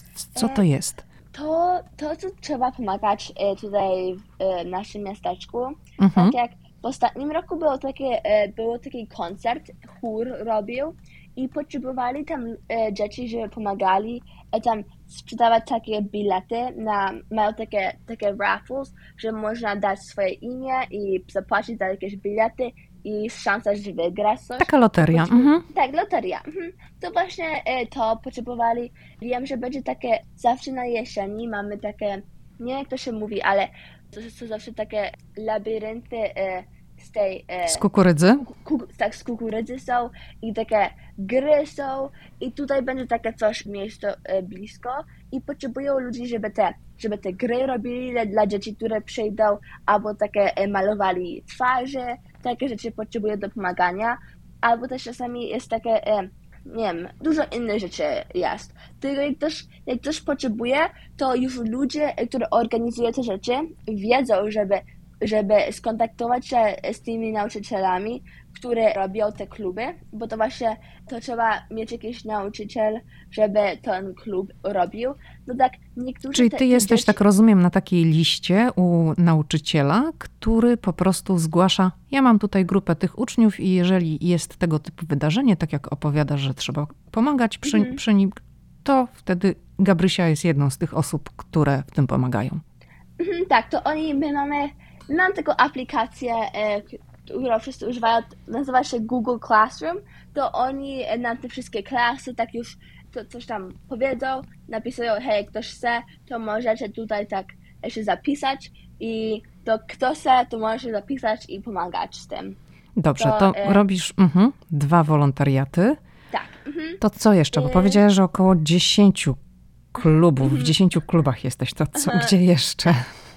Co to jest?
To, to co trzeba pomagać e, tutaj w e, naszym miasteczku.
Mhm.
Tak jak w ostatnim roku było, takie, e, było taki koncert, chór robił i potrzebowali tam e, dzieci, żeby pomagali e, tam sprzedawać takie bilety, na, mają takie, takie raffles, że można dać swoje imię i zapłacić za jakieś bilety i szansa, że wygrasz coś.
Taka loteria.
Potrzeb-
mhm.
Tak, loteria. Mhm. To właśnie e, to potrzebowali. Wiem, że będzie takie, zawsze na jesieni mamy takie, nie wiem jak to się mówi, ale to są zawsze takie labirynty e, z tej... E,
z kukurydzy?
Ku, tak, z kukurydzy są i takie gry są i tutaj będzie takie coś miejsce e, blisko i potrzebują ludzi, żeby te, żeby te gry robili dla, dla dzieci, które przyjdą, albo takie e, malowali twarze, takie rzeczy potrzebują do pomagania, albo też czasami jest takie, e, nie wiem, dużo innych rzeczy jest. Tylko jak ktoś, jak ktoś potrzebuje, to już ludzie, którzy organizują te rzeczy, wiedzą, żeby żeby skontaktować się z tymi nauczycielami, które robią te kluby, bo to właśnie to trzeba mieć jakiś nauczyciel, żeby ten klub robił. No tak, niektórzy
Czyli
te,
ty
te
jesteś,
dzieci...
tak rozumiem, na takiej liście u nauczyciela, który po prostu zgłasza, ja mam tutaj grupę tych uczniów i jeżeli jest tego typu wydarzenie, tak jak opowiadasz, że trzeba pomagać przy,
Mhm.
przy nim, to wtedy Gabrysia jest jedną z tych osób, które w tym pomagają.
Mhm, tak, to oni, my mamy, my mamy taką aplikację, e, którą wszyscy używają, nazywa się Google Classroom, to oni na te wszystkie klasy tak już to coś tam powiedzą, napisują, hej, ktoś chce, to możecie tutaj tak się zapisać i to kto chce, to może się zapisać i pomagać z tym.
Dobrze, to,
To, e,
robisz mhm, dwa wolontariaty.
Tak. Mhm.
To co jeszcze? Bo
Y-
powiedziałaś, że około dziesięciu klubów, w
Mhm.
dziesięciu klubach jesteś. To co,
Aha.
gdzie jeszcze?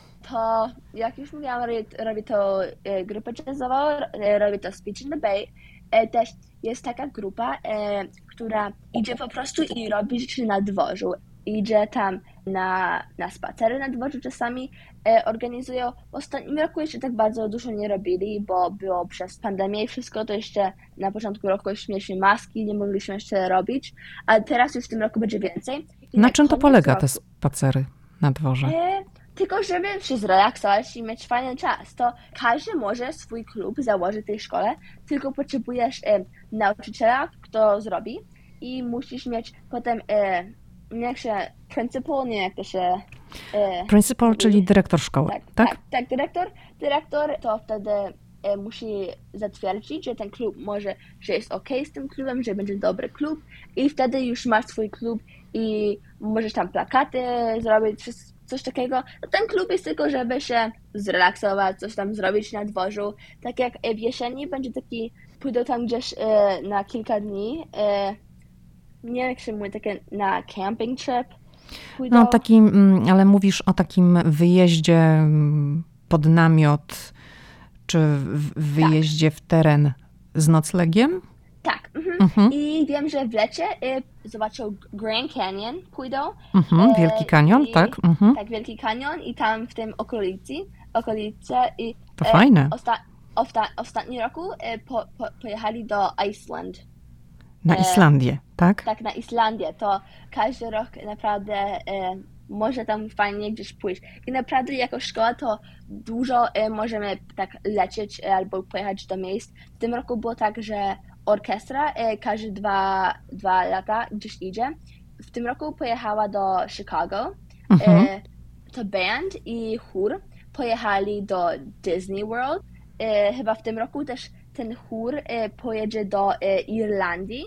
To, jak już mówiłam, robię, robię to e, grupę jazzową, e, robię to speech and debate. E, też jest taka grupa, e, która idzie po prostu i robi rzeczy na dworzu. Idzie tam na, na spacery na dworzu czasami, e, organizują. W ostatnim roku jeszcze tak bardzo dużo nie robili, bo było przez pandemię i wszystko, to jeszcze na początku roku już mieliśmy maski, nie mogliśmy jeszcze robić, ale teraz już w tym roku będzie więcej. I
Na czym to
koniec
polega,
roku-
te spacery na dworze?
E, tylko żeby się zrelaksować i mieć fajny czas, to każdy może swój klub założyć w tej szkole, tylko potrzebujesz e, nauczyciela, kto zrobi i musisz mieć potem, e, nie jak się, principal, nie jak to się... E,
Principal, czyli dyrektor szkoły,
tak,
tak?
tak, tak, dyrektor. Dyrektor to wtedy e, musi zatwierdzić, że ten klub może, że jest ok z tym klubem, że będzie dobry klub i wtedy już masz swój klub i możesz tam plakaty zrobić, wszystko coś takiego. No ten klub jest tylko, żeby się zrelaksować, coś tam zrobić na dworzu. Tak jak w jesieni będzie taki, pójdą tam gdzieś e, na kilka dni, e, nie wiem jak się mówi, takie na camping trip. Pójdą.
No takim, mm, ale mówisz o takim wyjeździe mm, pod namiot, czy w- wyjeździe w teren z noclegiem?
Tak. Mhm.
Mhm.
I wiem, że w lecie e, zobaczą Grand Canyon, pójdą.
Mhm,
E,
Wielki Kanion,
i-
tak? Mhm.
Tak, Wielki Kanion i tam w tym okolicy, okolice i
To fajne.
Osta, osta, ostatni roku e, po, po, pojechali do Iceland.
Na
e,
Islandię, tak?
Tak, na Islandię, to każdy rok naprawdę e, może tam fajnie gdzieś pójść. I naprawdę jako szkoła to dużo e, możemy tak lecieć e, albo pojechać do miejsc. W tym roku było tak, że orkiestra e, każde dwa, dwa lata gdzieś idzie. W tym roku pojechała do Chicago.
Mhm.
E, to band i chór pojechali do Disney World. E, chyba w tym roku też ten chór e, pojedzie do e, Irlandii.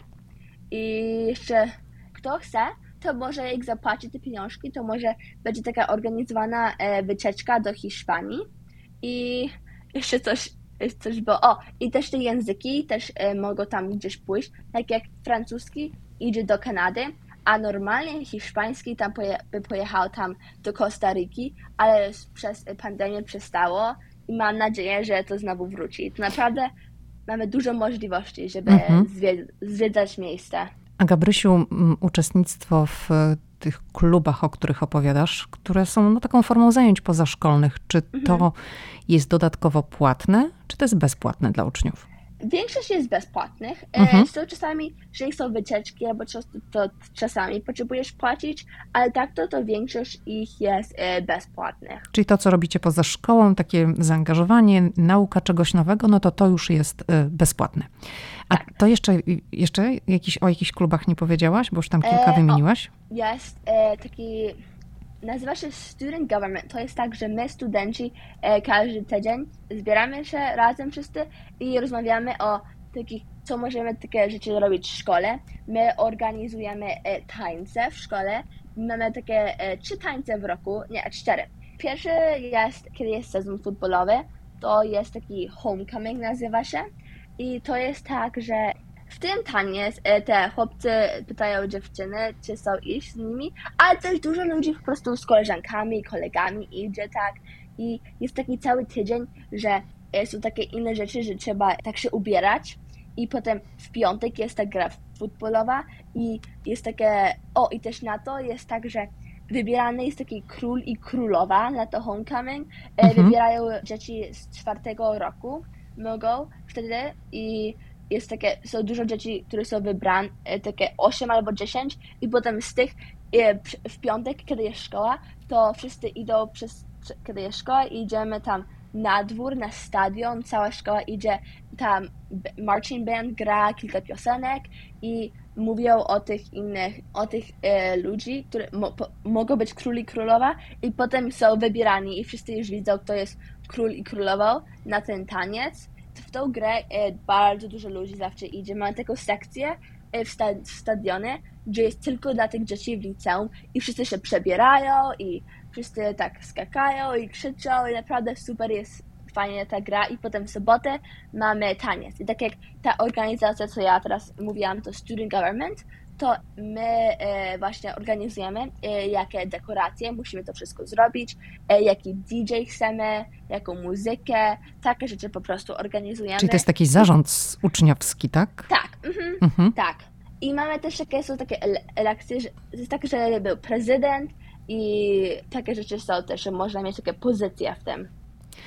I jeszcze kto chce, to może jak zapłaci te pieniążki, to może będzie taka organizowana e, wycieczka do Hiszpanii. I jeszcze coś, coś było. O, i też te języki też e, mogą tam gdzieś pójść. Tak jak francuski idzie do Kanady, a normalnie hiszpański tam poje, by pojechał tam do Kostaryki, ale przez pandemię przestało i mam nadzieję, że to znowu wróci. To naprawdę mamy dużo możliwości, żeby
Mhm.
zwied- zwiedzać miejsca.
A Gabrysiu, m, uczestnictwo w e, tych klubach, o których opowiadasz, które są no, taką formą zajęć pozaszkolnych, czy to
Mhm.
jest dodatkowo płatne, czy to jest bezpłatne dla uczniów?
Większość jest bezpłatnych.
Mhm.
E, są czasami, że są wycieczki, albo czas, to czasami potrzebujesz płacić, ale tak to, to większość ich jest e, bezpłatnych.
Czyli to, co robicie poza szkołą, takie zaangażowanie, nauka czegoś nowego, no to to już jest e, bezpłatne. A
Tak.
to jeszcze, jeszcze jakiś, o jakichś klubach nie powiedziałaś, bo już tam kilka
E, o.
wymieniłaś?
Jest e, taki, nazywa się Student Government. To jest tak, że my studenci e, każdy tydzień zbieramy się razem wszyscy i rozmawiamy o takich, co możemy takie rzeczy robić w szkole. My organizujemy e, tańce w szkole. Mamy takie e, trzy tańce w roku, nie, cztery. Pierwszy jest, kiedy jest sezon futbolowy, to jest taki homecoming nazywa się i to jest tak, że w tym taniec e, te chłopcy pytają dziewczyny, czy chcą iść z nimi, ale też dużo ludzi po prostu z koleżankami, kolegami idzie tak i jest taki cały tydzień, że e, są takie inne rzeczy, że trzeba tak się ubierać i potem w piątek jest ta gra futbolowa i jest takie, o i też na to jest tak, że wybierany jest taki król i królowa na to homecoming, e,
Mhm.
wybierają dzieci z czwartego roku mogą wtedy i jest takie, są dużo dzieci, które są wybrane, takie osiem albo dziesięć i potem z tych w piątek, kiedy jest szkoła, to wszyscy idą przez, kiedy jest szkoła i idziemy tam na dwór, na stadion, cała szkoła idzie, tam marching band gra kilka piosenek i mówią o tych innych, o tych e, ludzi, które mo, po, mogą być król i królowa i potem są wybierani i wszyscy już widzą, kto jest król i królową na ten taniec. W tą grę e, bardzo dużo ludzi zawsze idzie. Mamy taką sekcję e, w, sta, w stadionie, gdzie jest tylko dla tych dzieci w liceum i wszyscy się przebierają i wszyscy tak skakają i krzyczą i naprawdę super jest fajnie ta gra i potem w sobotę mamy taniec. I tak jak ta organizacja, co ja teraz mówiłam, to Student Government, to my e, właśnie organizujemy, e, jakie dekoracje musimy to wszystko zrobić, e, jaki D J chcemy, jaką muzykę, takie rzeczy po prostu organizujemy.
Czyli to jest taki zarząd uczniowski, tak?
Tak, mhm,
mhm.
tak. I mamy też takie, są takie elekcje, że jest tak, że był prezydent i takie rzeczy są też, że można mieć takie pozycje w tym.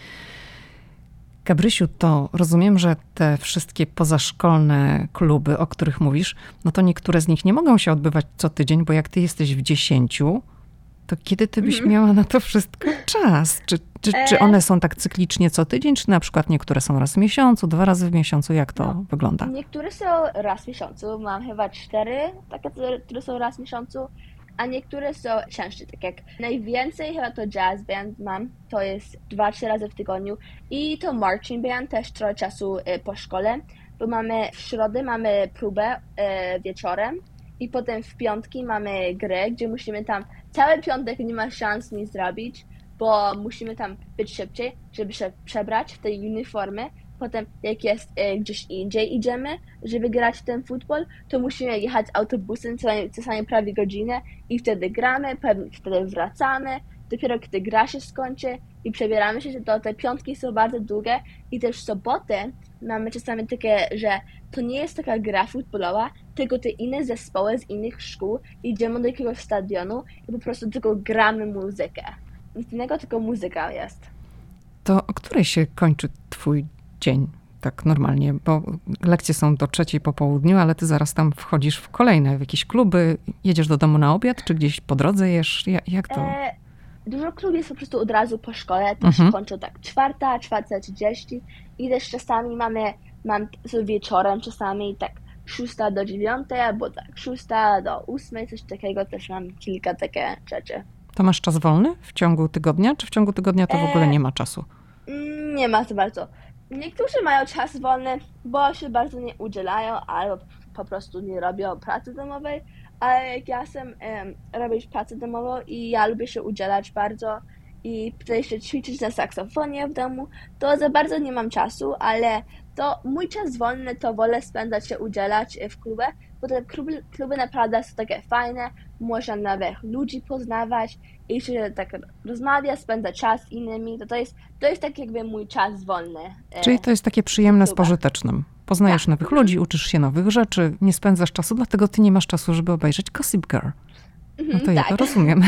Gabrysiu, to rozumiem, że te wszystkie pozaszkolne kluby, o których mówisz, no to niektóre z nich nie mogą się odbywać co tydzień, bo jak ty jesteś w dziesięciu, to kiedy ty byś mm. miała na to wszystko czas? Czy, czy, e... czy one są tak cyklicznie co tydzień, czy na przykład niektóre są raz w miesiącu, dwa razy w miesiącu? Jak to no. wygląda?
Niektóre są raz w miesiącu, mam chyba cztery takie, które są raz w miesiącu, a niektóre są częściej, tak jak najwięcej chyba to jazz band mam, to jest dwa, trzy razy w tygodniu i to marching band też trochę czasu po szkole, bo mamy w środę mamy próbę e, wieczorem i potem w piątki mamy grę, gdzie musimy tam, cały piątek nie ma szans nic zrobić, bo musimy tam być szybciej, żeby się przebrać w tej uniformy. Potem jak jest e, gdzieś indziej idziemy, żeby grać w ten futbol, to musimy jechać autobusem czasami prawie godzinę i wtedy gramy, wtedy wracamy, dopiero kiedy gra się skończy i przebieramy się, to te piątki są bardzo długie i też w sobotę mamy czasami takie, że to nie jest taka gra futbolowa, tylko te inne zespoły z innych szkół, idziemy do jakiegoś stadionu i po prostu tylko gramy muzykę. Nic innego, tylko muzyka jest.
To o której się kończy twój dzień, tak normalnie, bo lekcje są do trzeciej po południu, ale ty zaraz tam wchodzisz w kolejne, w jakieś kluby, jedziesz do domu na obiad, czy gdzieś po drodze jesz? Jak to? E,
dużo klubów jest po prostu od razu po szkole, to mhm. się kończą tak czwarta, czwarta trzydzieści i też czasami mamy, mam so wieczorem czasami tak szósta do dziewiątej, albo tak szósta do ósmej, coś takiego, też mam kilka takie rzeczy.
To masz czas wolny w ciągu tygodnia, czy w ciągu tygodnia to w ogóle nie ma czasu?
E, nie ma za bardzo. Niektórzy mają czas wolny, bo się bardzo nie udzielają albo po prostu nie robią pracy domowej, ale jak ja sam um, robię pracę domową i ja lubię się udzielać bardzo i tutaj się ćwiczyć na saksofonie w domu, to za bardzo nie mam czasu, ale to mój czas wolny to wolę spędzać się udzielać w klubach, bo te kluby, kluby naprawdę są takie fajne, można nowych ludzi poznawać i się tak rozmawia, spędza czas z innymi, to to jest, to jest tak jakby mój czas wolny.
Czyli to jest takie przyjemne z pożytecznym. Poznajesz tak. nowych ludzi, uczysz się nowych rzeczy, nie spędzasz czasu, dlatego ty nie masz czasu, żeby obejrzeć Gossip Girl. No to tak. ja to rozumiem.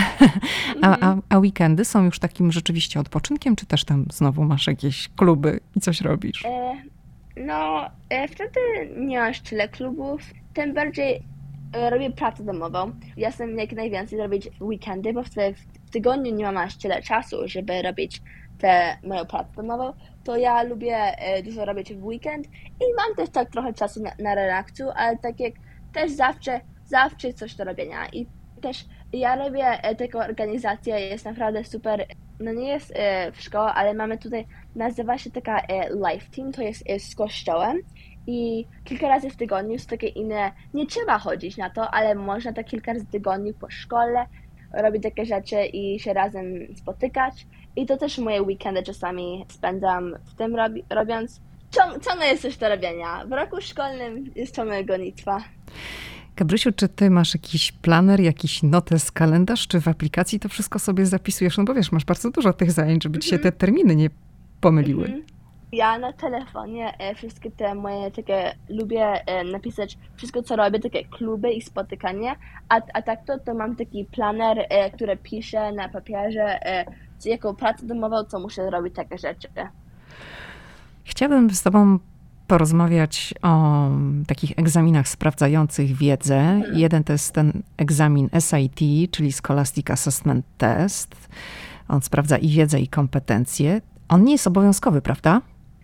A, a, a weekendy są już takim rzeczywiście odpoczynkiem, czy też tam znowu masz jakieś kluby i coś robisz?
E, no, e, wtedy nie masz tyle klubów, tym bardziej e, robię pracę domową. Ja chcę jak najwięcej robić w weekendy, bo wtedy w tygodniu nie mam aż tyle czasu, żeby robić tę moją pracę domową, to ja lubię e, dużo robić w weekend i mam też tak trochę czasu na, na relaksu, ale tak jak też zawsze, zawsze coś do robienia i też ja robię e, taką organizację, jest naprawdę super, no nie jest e, w szkole, ale mamy tutaj, nazywa się taka e, Life Team, to jest e, z kościołem i kilka razy w tygodniu są takie inne, nie trzeba chodzić na to, ale można tak kilka razy w tygodniu po szkole robić takie rzeczy i się razem spotykać i to też moje weekendy czasami spędzam w tym robi, robiąc, Ciąg, ciągle jest coś do robienia, w roku szkolnym jest ciągle gonitwa.
Gabrysiu, czy ty masz jakiś planer, jakiś notes, kalendarz, czy w aplikacji to wszystko sobie zapisujesz? No bo wiesz, masz bardzo dużo tych zajęć, żeby ci się te terminy nie pomyliły. Mm-hmm.
Ja na telefonie e, wszystkie te moje takie, lubię e, napisać wszystko, co robię, takie kluby i spotykania, a, a tak to, to mam taki planer, e, który piszę na papierze, e, jaką pracę domową, co muszę robić, takie rzeczy.
Chciałabym z tobą porozmawiać o takich egzaminach sprawdzających wiedzę. Mhm. Jeden to jest ten egzamin S A T, czyli Scholastic Assessment Test. On sprawdza i wiedzę, i kompetencje. On nie jest obowiązkowy, prawda?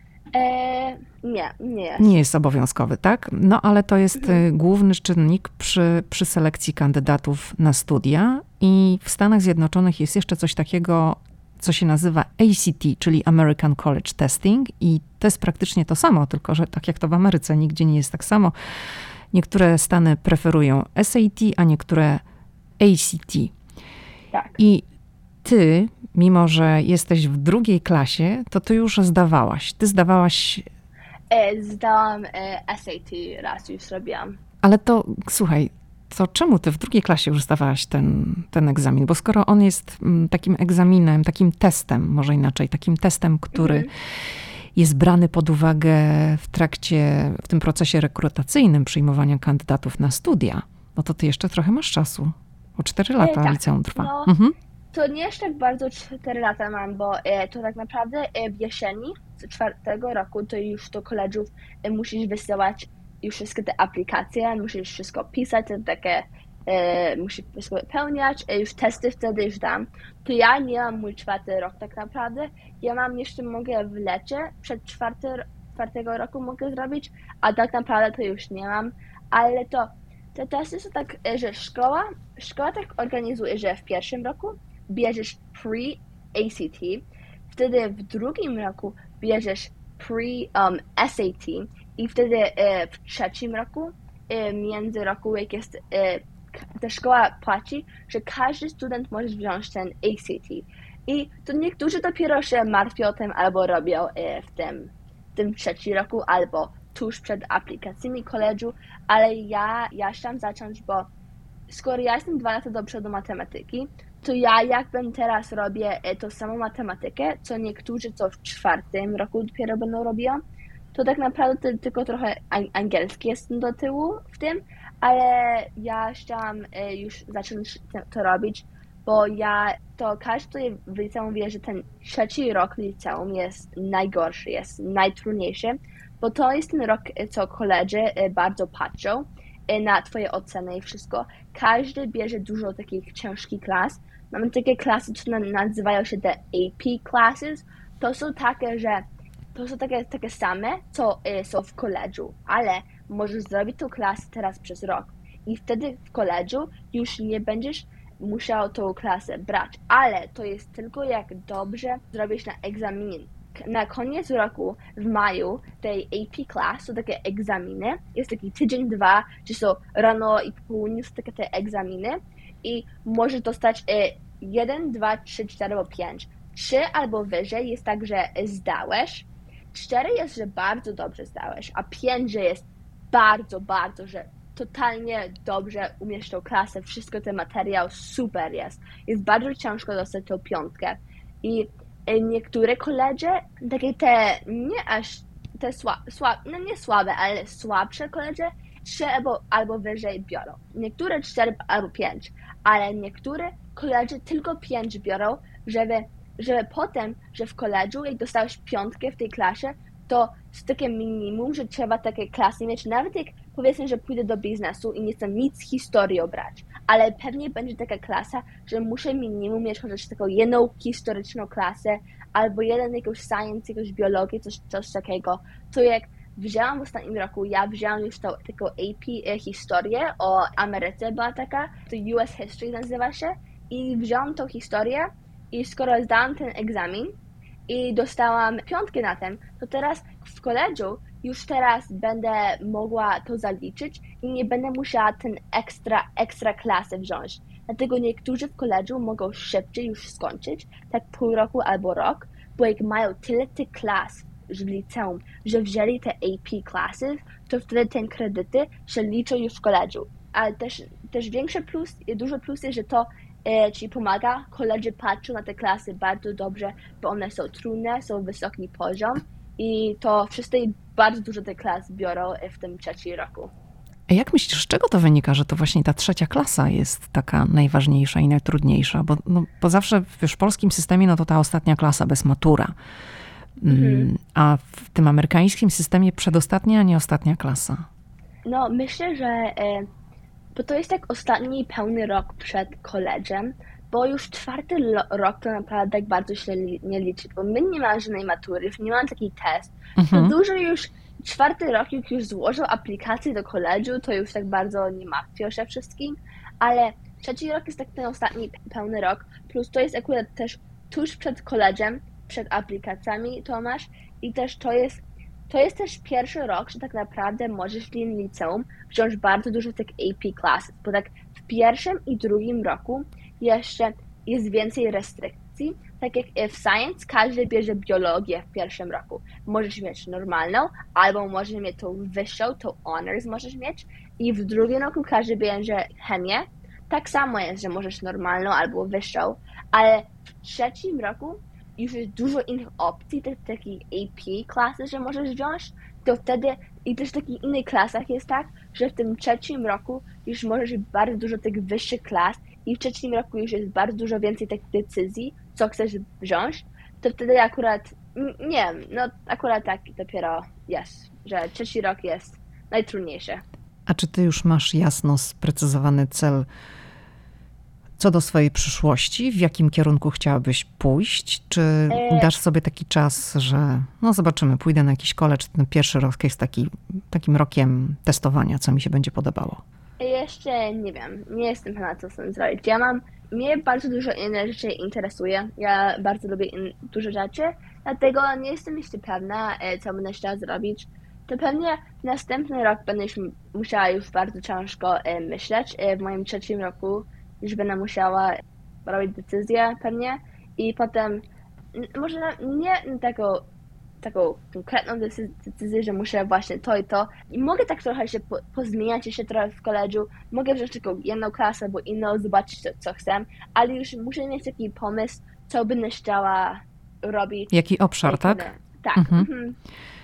E, nie, nie jest.
Nie jest obowiązkowy, tak? No ale to jest
Mhm.
główny czynnik przy, przy selekcji kandydatów na studia. I w Stanach Zjednoczonych jest jeszcze coś takiego, co się nazywa A C T, czyli American College Testing, i to jest praktycznie to samo, tylko że tak jak to w Ameryce, nigdzie nie jest tak samo. Niektóre stany preferują S A T, a niektóre A C T.
Tak.
I ty, mimo że jesteś w drugiej klasie, to ty już zdawałaś. Ty zdawałaś...
E, zdałam e, S A T, raz już zrobiłam.
Ale to, słuchaj, to czemu ty w drugiej klasie już zdawałaś ten, ten egzamin? Bo skoro on jest mm, takim egzaminem, takim testem, może inaczej, takim testem, który
Mhm.
jest brany pod uwagę w trakcie, w tym procesie rekrutacyjnym przyjmowania kandydatów na studia, no to ty jeszcze trochę masz czasu. O cztery lata
tak.
liceum trwa.
No.
Mhm.
To nie jeszcze tak bardzo cztery lata mam, bo e, to tak naprawdę e, w jesieni z czwartego roku to już do koledżów e, musisz wysyłać już wszystkie te aplikacje, musisz wszystko pisać, to takie e, musisz wszystko wypełniać, e, już testy wtedy już dam. To ja nie mam mój czwarty rok tak naprawdę, ja mam jeszcze mogę w lecie, przed czwarty, czwartego roku mogę zrobić, a tak naprawdę to już nie mam, ale to te testy są tak, e, że szkoła, szkoła tak organizuje, że w pierwszym roku bierzesz pre-A C T, wtedy w drugim roku bierzesz pre-S A T i wtedy e, w trzecim roku, e, między roku, jak jest, e, ta szkoła płaci, że każdy student może wziąć ten A C T. I to niektórzy dopiero się martwią o tym albo robią e, w tym, w tym trzecim roku, albo tuż przed aplikacjami koledżu, ale ja, ja chciałam zacząć, bo skoro ja jestem dwa lata do przodu matematyki, to ja jakbym teraz robię tą samą matematykę, co niektórzy, co w czwartym roku dopiero będą robią, to tak naprawdę to tylko trochę angielski jest do tyłu w tym, ale ja chciałam już zacząć to robić, bo ja, to każdy w liceum wie, że ten trzeci rok liceum jest najgorszy, jest najtrudniejszy, bo to jest ten rok, co koledzy bardzo patrzą na twoje oceny i wszystko. Każdy bierze dużo takich ciężkich klas. Mamy takie klasy, które nazywają się te A P classes. To są takie, że to są takie, takie same, co y, są w koledżu, ale możesz zrobić tą klasę teraz przez rok. I wtedy w koledżu już nie będziesz musiał tą klasę brać. Ale to jest tylko jak dobrze zrobisz na egzamin. Na koniec roku, w maju, tej A P class są takie egzaminy. Jest taki tydzień, dwa, gdzie są rano i po południu są takie te egzaminy. I możesz dostać jeden, dwa, trzy, cztery albo pięć. trzy albo wyżej jest tak, że zdałeś. cztery jest, że bardzo dobrze zdałeś, a pięć, że jest bardzo, bardzo, że totalnie dobrze umiesz tą klasę, wszystko ten materiał super jest. Jest bardzo ciężko dostać tą piątkę. I niektóre koledże, takie te nie aż te słabe, słab, no nie słabe, ale słabsze koledże, trzy albo, albo wyżej biorą. Niektóre cztery albo pięć, ale niektóre koledże tylko pięć biorą, żeby, żeby potem, że w koledżu, jak dostałeś piątkę w tej klasie, to jest takie minimum, że trzeba takie klasy mieć, nawet jak powiedzmy, że pójdę do biznesu i nie chcę nic z historią brać, ale pewnie będzie taka klasa, że muszę minimum mieć chociaż taką jedną historyczną klasę, albo jeden jakąś science, jakąś biologię, coś, coś takiego. To jak wzięłam w ostatnim roku, ja wzięłam już tą taką A P e, historię o Ameryce, była taka, to U S History nazywa się, i wzięłam tą historię i skoro zdałam ten egzamin i dostałam piątkę na tym, to teraz w koledżu już teraz będę mogła to zaliczyć i nie będę musiała ten ekstra, ekstra klasę wziąć. Dlatego niektórzy w koledżu mogą szybciej już skończyć, tak pół roku albo rok, bo jak mają tyle tych klas w liceum, że wzięli te A P classes, to wtedy te kredyty się liczą już w koledżu. Ale też, też większy plus, duży plus jest, że to e, ci pomaga. Koledzy patrzą na te klasy bardzo dobrze, bo one są trudne, są wysoki poziom i to wszyscy bardzo dużo tych klas biorą w tym trzecim roku.
A jak myślisz, z czego to wynika, że to właśnie ta trzecia klasa jest taka najważniejsza i najtrudniejsza? Bo, no, bo zawsze wiesz, w polskim systemie no to ta ostatnia klasa bez matura. Mhm. A w tym amerykańskim systemie przedostatnia, a nie ostatnia klasa?
No, myślę, że e, bo to jest tak ostatni pełny rok przed college'em, bo już czwarty lo- rok to naprawdę tak bardzo się li- nie liczy, bo my nie mamy żadnej matury, nie mamy taki test.
Mhm.
To dużo już, czwarty rok, jak już złożył aplikację do college'u, to już tak bardzo nie martwią się wszystkim, ale trzeci rok jest tak ten ostatni pełny rok, plus to jest akurat też tuż przed college'em, przed aplikacjami, Tomasz, i też to jest to jest też pierwszy rok, że tak naprawdę możesz w tym liceum wziąć bardzo dużo tych A P classes, bo tak w pierwszym i drugim roku jeszcze jest więcej restrykcji. Tak jak w science każdy bierze biologię w pierwszym roku. Możesz mieć normalną, albo możesz mieć tą wyższą, tą honors możesz mieć, i w drugim roku każdy bierze chemię. Tak samo jest, że możesz normalną albo wyższą, ale w trzecim roku już jest dużo innych opcji, tak, takich A P klasy, że możesz wziąć, to wtedy i też w takich innych klasach jest tak, że w tym trzecim roku już możesz bardzo dużo tych wyższych klas i w trzecim roku już jest bardzo dużo więcej takich decyzji, co chcesz wziąć, to wtedy akurat, nie wiem, no akurat tak dopiero jest, że trzeci rok jest najtrudniejszy.
A czy ty już masz jasno sprecyzowany cel co do swojej przyszłości? W jakim kierunku chciałabyś pójść? Czy
E...
dasz sobie taki czas, że no zobaczymy, pójdę na jakiś college, ten pierwszy rok jest taki, takim rokiem testowania, co mi się będzie podobało?
Jeszcze nie wiem, nie jestem pewna, co chcę zrobić. Ja mam, mnie bardzo dużo innych rzeczy interesuje. Ja bardzo lubię in, dużo rzeczy, dlatego nie jestem jeszcze pewna, co będę chciała zrobić. To pewnie następny rok będę już musiała już bardzo ciężko myśleć. W moim trzecim roku już będę musiała robić decyzję pewnie i potem może nie taką, taką konkretną decyzję, że muszę właśnie to i to. I mogę tak trochę się po, pozmieniać jeszcze trochę w college'u. Mogę wziąć tylko jedną klasę, bo inną, zobaczyć co, co chcę, ale już muszę mieć taki pomysł, co będę chciała robić.
Jaki obszar, tak?
Będę, tak.
Mhm.
Mhm.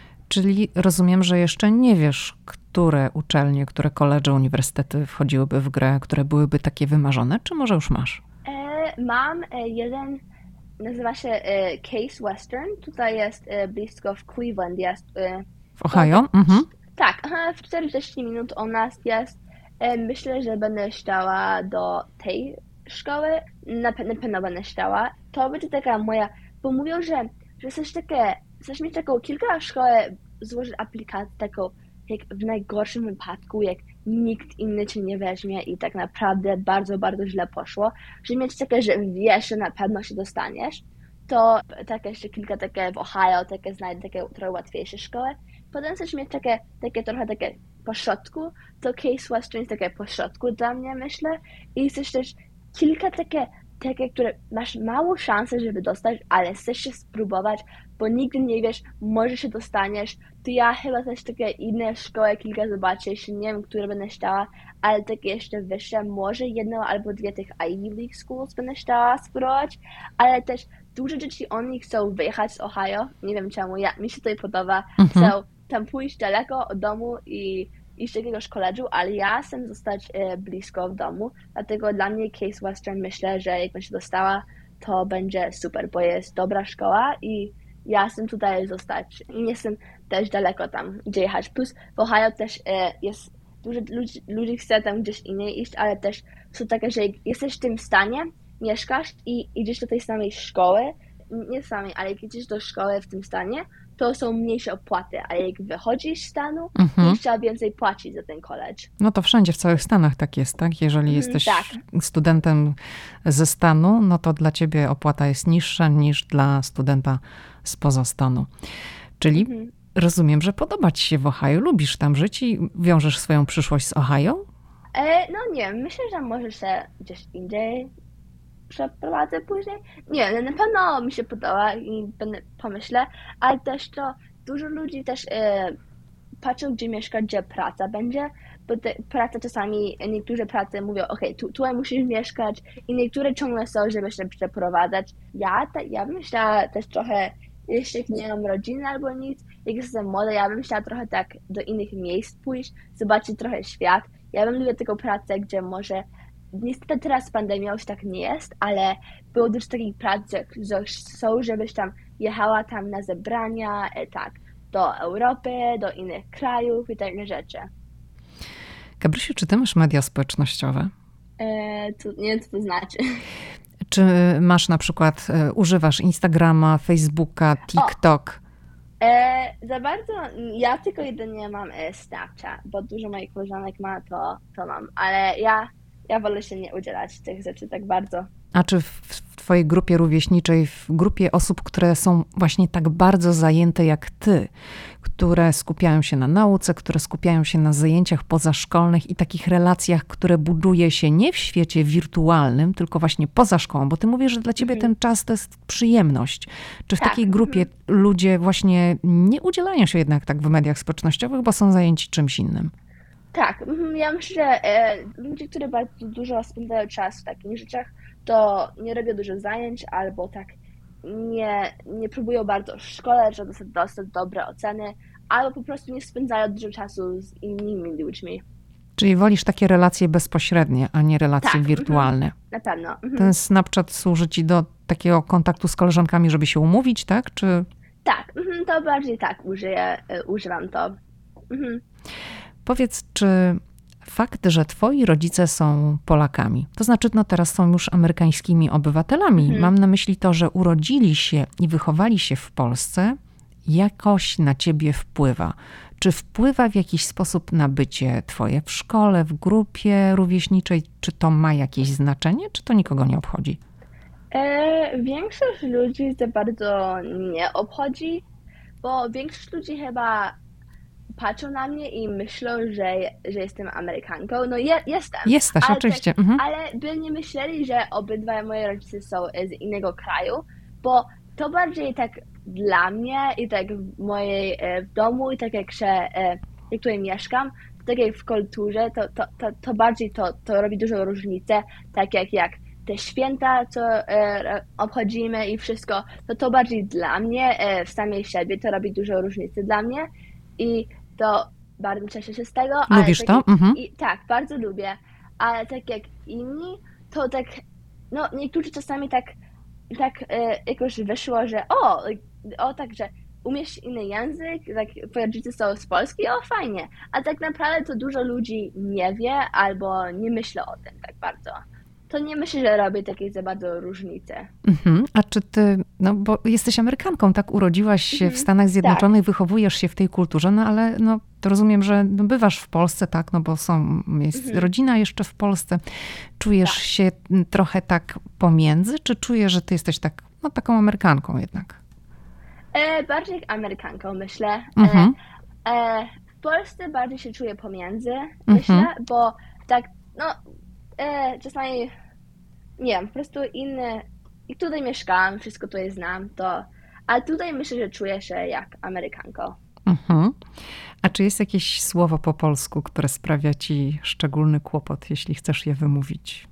Czyli rozumiem, że jeszcze nie wiesz, które uczelnie, które koledże, uniwersytety wchodziłyby w grę, które byłyby takie wymarzone, czy może już masz?
E, mam e, jeden, nazywa się e, Case Western, tutaj jest e, blisko w Cleveland, jest. E,
w Ohio?
To,
mhm.
Tak, aha, w czterdzieści minut od nas jest. E, myślę, że będę chciała do tej szkoły, na, na pewno będę chciała. To będzie taka moja, bo mówią, że, że coś takie, chcesz mieć taką kilka szkoły, złożyć aplikację taką, jak w najgorszym wypadku, jak nikt inny cię nie weźmie i tak naprawdę bardzo, bardzo źle poszło, że mieć takie, że wiesz, że na pewno się dostaniesz, to takie jeszcze kilka takie w Ohio, takie znajdę takie trochę łatwiejsze szkoły. Potem chcesz mieć takie, takie trochę takie po środku, to Case Western jest takie po środku dla mnie, myślę, i chcesz też kilka takie, takie, które masz małą szansę, żeby dostać, ale chcesz się spróbować, bo nigdy nie wiesz, może się dostaniesz. To ja chyba też takie inne szkoły kilka zobaczę, jeszcze nie wiem, które będę chciała, ale takie jeszcze wyższe, może jedną albo dwie tych Ivy League Schools będę chciała spróbować, ale też dużo dzieci oni chcą wyjechać z Ohio, nie wiem czemu, ja, mi się to podoba,
Mhm.
chcą tam pójść daleko od domu i iść do jakiegoś college'u, ale ja chcę zostać e, blisko w domu, dlatego dla mnie Case Western myślę, że jak bym się dostała, to będzie super, bo jest dobra szkoła i ja chcę tutaj zostać i nie chcę też daleko tam gdzie jechać. Plus w Ohio też e, jest dużo ludzi, ludzi chce tam gdzieś indziej iść, ale też są takie, że jak jesteś w tym stanie, mieszkasz i idziesz do tej samej szkoły, nie samej, ale jak idziesz do szkoły w tym stanie, to są mniejsze opłaty, ale jak wychodzisz z stanu,
Mhm.
to już trzeba więcej płacić za ten college.
No to wszędzie, w całych Stanach tak jest, tak? Jeżeli jesteś
tak.
studentem ze stanu, no to dla ciebie opłata jest niższa niż dla studenta spoza stanu. Czyli
Mhm.
rozumiem, że podoba ci się w Ohio, lubisz tam żyć i wiążesz swoją przyszłość z Ohio?
E, no nie wiem, myślę, że może się gdzieś indziej przeprowadzę później. Nie, na pewno mi się podoba i będę pomyślę, ale też to dużo ludzi też e, patrzą, gdzie mieszka, gdzie praca będzie, bo te, praca czasami, niektóre prace mówią, ok, tu, tutaj musisz mieszkać i niektóre ciągle są, żeby się przeprowadzać. Ja, te, ja bym chciała też trochę, jeśli nie mam rodziny albo nic, jak jestem młoda, ja bym chciała trochę tak do innych miejsc pójść, zobaczyć trochę świat. Ja bym lubiła taką pracę, gdzie może niestety teraz z pandemią już tak nie jest, ale było dużo takich prac, że są, żebyś tam jechała tam na zebrania, e, tak, do Europy, do innych krajów i takie rzeczy.
Gabrysiu, czy ty masz media społecznościowe?
E, to, nie wiem, co to znaczy.
Czy masz na przykład, e, używasz Instagrama, Facebooka, TikTok?
O, e, za bardzo, ja tylko jedynie mam e, Snapchat, bo dużo moich koleżanek ma, to, to mam, ale ja, ja wolę się nie udzielać tych rzeczy tak bardzo.
A czy w, w twojej grupie rówieśniczej, w grupie osób, które są właśnie tak bardzo zajęte jak ty, które skupiają się na nauce, które skupiają się na zajęciach pozaszkolnych i takich relacjach, które buduje się nie w świecie wirtualnym, tylko właśnie poza szkołą, bo ty mówisz, że dla ciebie
Mhm.
ten czas to jest przyjemność. Czy w
Tak,
takiej grupie ludzie właśnie nie udzielają się jednak tak w mediach społecznościowych, bo są zajęci czymś innym?
Tak, mhm, ja myślę, że e, ludzie, którzy bardzo dużo spędzają czas w takich rzeczach, to nie robią dużo zajęć albo tak nie, nie próbują bardzo w szkole, żeby dostać, dostać dobre oceny, albo po prostu nie spędzają dużo czasu z innymi ludźmi.
Czyli wolisz takie relacje bezpośrednie, a nie relacje
Tak,
wirtualne.
Mhm, na pewno. Mhm.
Ten Snapchat służy ci do takiego kontaktu z koleżankami, żeby się umówić, tak? Czy...
Tak, mhm, to bardziej tak użyję, e, używam to. Mhm.
Powiedz, czy fakt, że twoi rodzice są Polakami, to znaczy no teraz są już amerykańskimi obywatelami.
Mhm.
Mam na myśli to, że urodzili się i wychowali się w Polsce, jakoś na ciebie wpływa. Czy wpływa w jakiś sposób na bycie twoje w szkole, w grupie rówieśniczej? Czy to ma jakieś znaczenie, czy to nikogo nie obchodzi?
E, większość ludzi za bardzo nie obchodzi, bo większość ludzi chyba patrzą na mnie i myślą, że, że jestem Amerykanką. No je, jestem.
Jesteś,
ale
oczywiście.
Tak,
Mhm.
ale by nie myśleli, że obydwaj moi rodzice są z innego kraju, bo to bardziej tak dla mnie i tak w mojej e, w domu i tak jak się, e, jak tutaj mieszkam, tak jak w kulturze, to, to, to, to bardziej to, to robi dużą różnicę, tak jak, jak te święta, co e, obchodzimy i wszystko, to to bardziej dla mnie, e, w samej siebie, to robi dużą różnicę dla mnie i to bardzo cieszę się z tego.
Lubisz
ale
to?
tak,
Mhm.
i, tak, bardzo lubię, ale tak jak inni, to tak, no niektórzy czasami tak, tak e, jakoś wyszło, że o, o tak, że umiesz inny język, tak twoje rodzice są z Polski, o fajnie, a tak naprawdę to dużo ludzi nie wie albo nie myślą o tym tak bardzo. To nie myślę, że robi takiej za bardzo różnicy.
Mhm. A czy ty, no bo jesteś Amerykanką, tak? Urodziłaś się
Mhm.
w Stanach Zjednoczonych, wychowujesz się w tej kulturze, no ale no, to rozumiem, że no, bywasz w Polsce, tak? No bo są, jest
Mhm.
rodzina jeszcze w Polsce. Czujesz
Tak.
się trochę tak pomiędzy, czy czujesz, że ty jesteś tak, no taką Amerykanką jednak?
E, bardziej jak Amerykanką, myślę.
Mhm.
E, e, w Polsce bardziej się czuję pomiędzy, myślę,
Mhm.
bo tak, no, e, czasami, nie wiem, po prostu inne, i tutaj mieszkałam, wszystko tutaj znam, to, ale tutaj myślę, że czuję się jak Amerykanką.
Mhm. A czy jest jakieś słowo po polsku, które sprawia ci szczególny kłopot, jeśli chcesz je wymówić?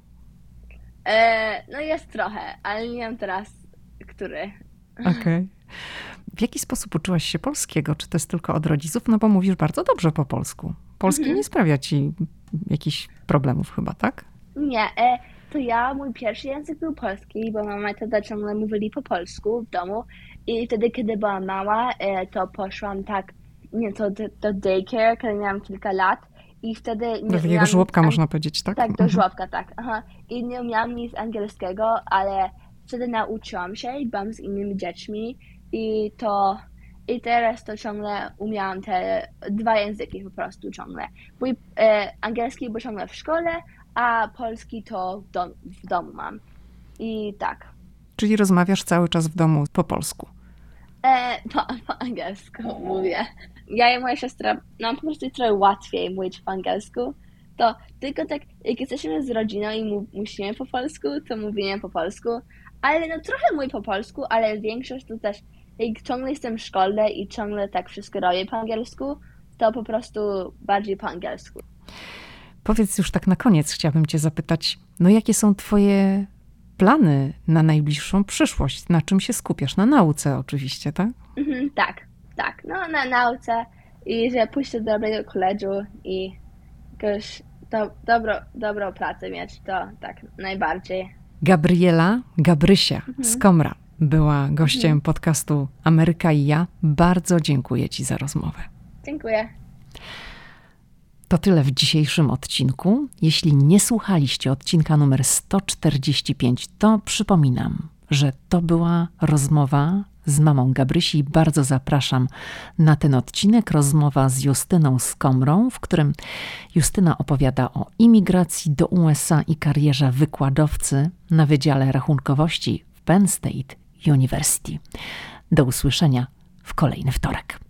E, no jest trochę, ale nie wiem teraz, który.
Okej. W jaki sposób uczyłaś się polskiego? Czy to jest tylko od rodziców? No bo mówisz bardzo dobrze po polsku. Polski
Mhm.
nie sprawia ci jakichś problemów chyba, tak?
Nie, e, to ja, mój pierwszy język był polski, bo mama i tata ciągle mówili po polsku w domu i wtedy, kiedy byłam mała, e, to poszłam tak, nie to do, do daycare, kiedy miałam kilka lat i wtedy nie
Do takiego
umiałam
żłobka
nic
można powiedzieć, tak?
Tak, do
Mhm.
żłobka, tak. Aha. I nie umiałam nic angielskiego, ale wtedy nauczyłam się i byłam z innymi dziećmi i to i teraz to ciągle umiałam te dwa języki po prostu ciągle. Mój e, angielski był ciągle w szkole, a polski to w, dom, w domu mam. I tak.
Czyli rozmawiasz cały czas w domu po polsku.
E, po, po angielsku mówię. Ja i moja siostra, nam po prostu trochę łatwiej mówić po angielsku. To tylko tak, jak jesteśmy z rodziną i mu, musimy po polsku, to mówimy po polsku. Ale no trochę mówię po polsku, ale większość to też, jak ciągle jestem w szkole i ciągle tak wszystko robię po angielsku, to po prostu bardziej po angielsku.
Powiedz już tak na koniec, chciałabym cię zapytać, no jakie są twoje plany na najbliższą przyszłość? Na czym się skupiasz? Na nauce oczywiście, tak?
Mhm, tak, tak. No na nauce i że pójść do dobrego koledżu i jakąś do, dobro, dobrą pracę mieć, to tak najbardziej.
Gabriela Gabrysia z Komra. była gościem mhm. podcastu Ameryka i ja. Bardzo dziękuję Ci za rozmowę.
Dziękuję.
To tyle w dzisiejszym odcinku. Jeśli nie słuchaliście odcinka numer sto czterdzieści pięć, to przypominam, że to była rozmowa z mamą Gabrysi. Bardzo zapraszam na ten odcinek. Rozmowa z Justyną Skomrą, w którym Justyna opowiada o imigracji do U S A i karierze wykładowcy na Wydziale Rachunkowości w Penn State University. Do usłyszenia w kolejny wtorek.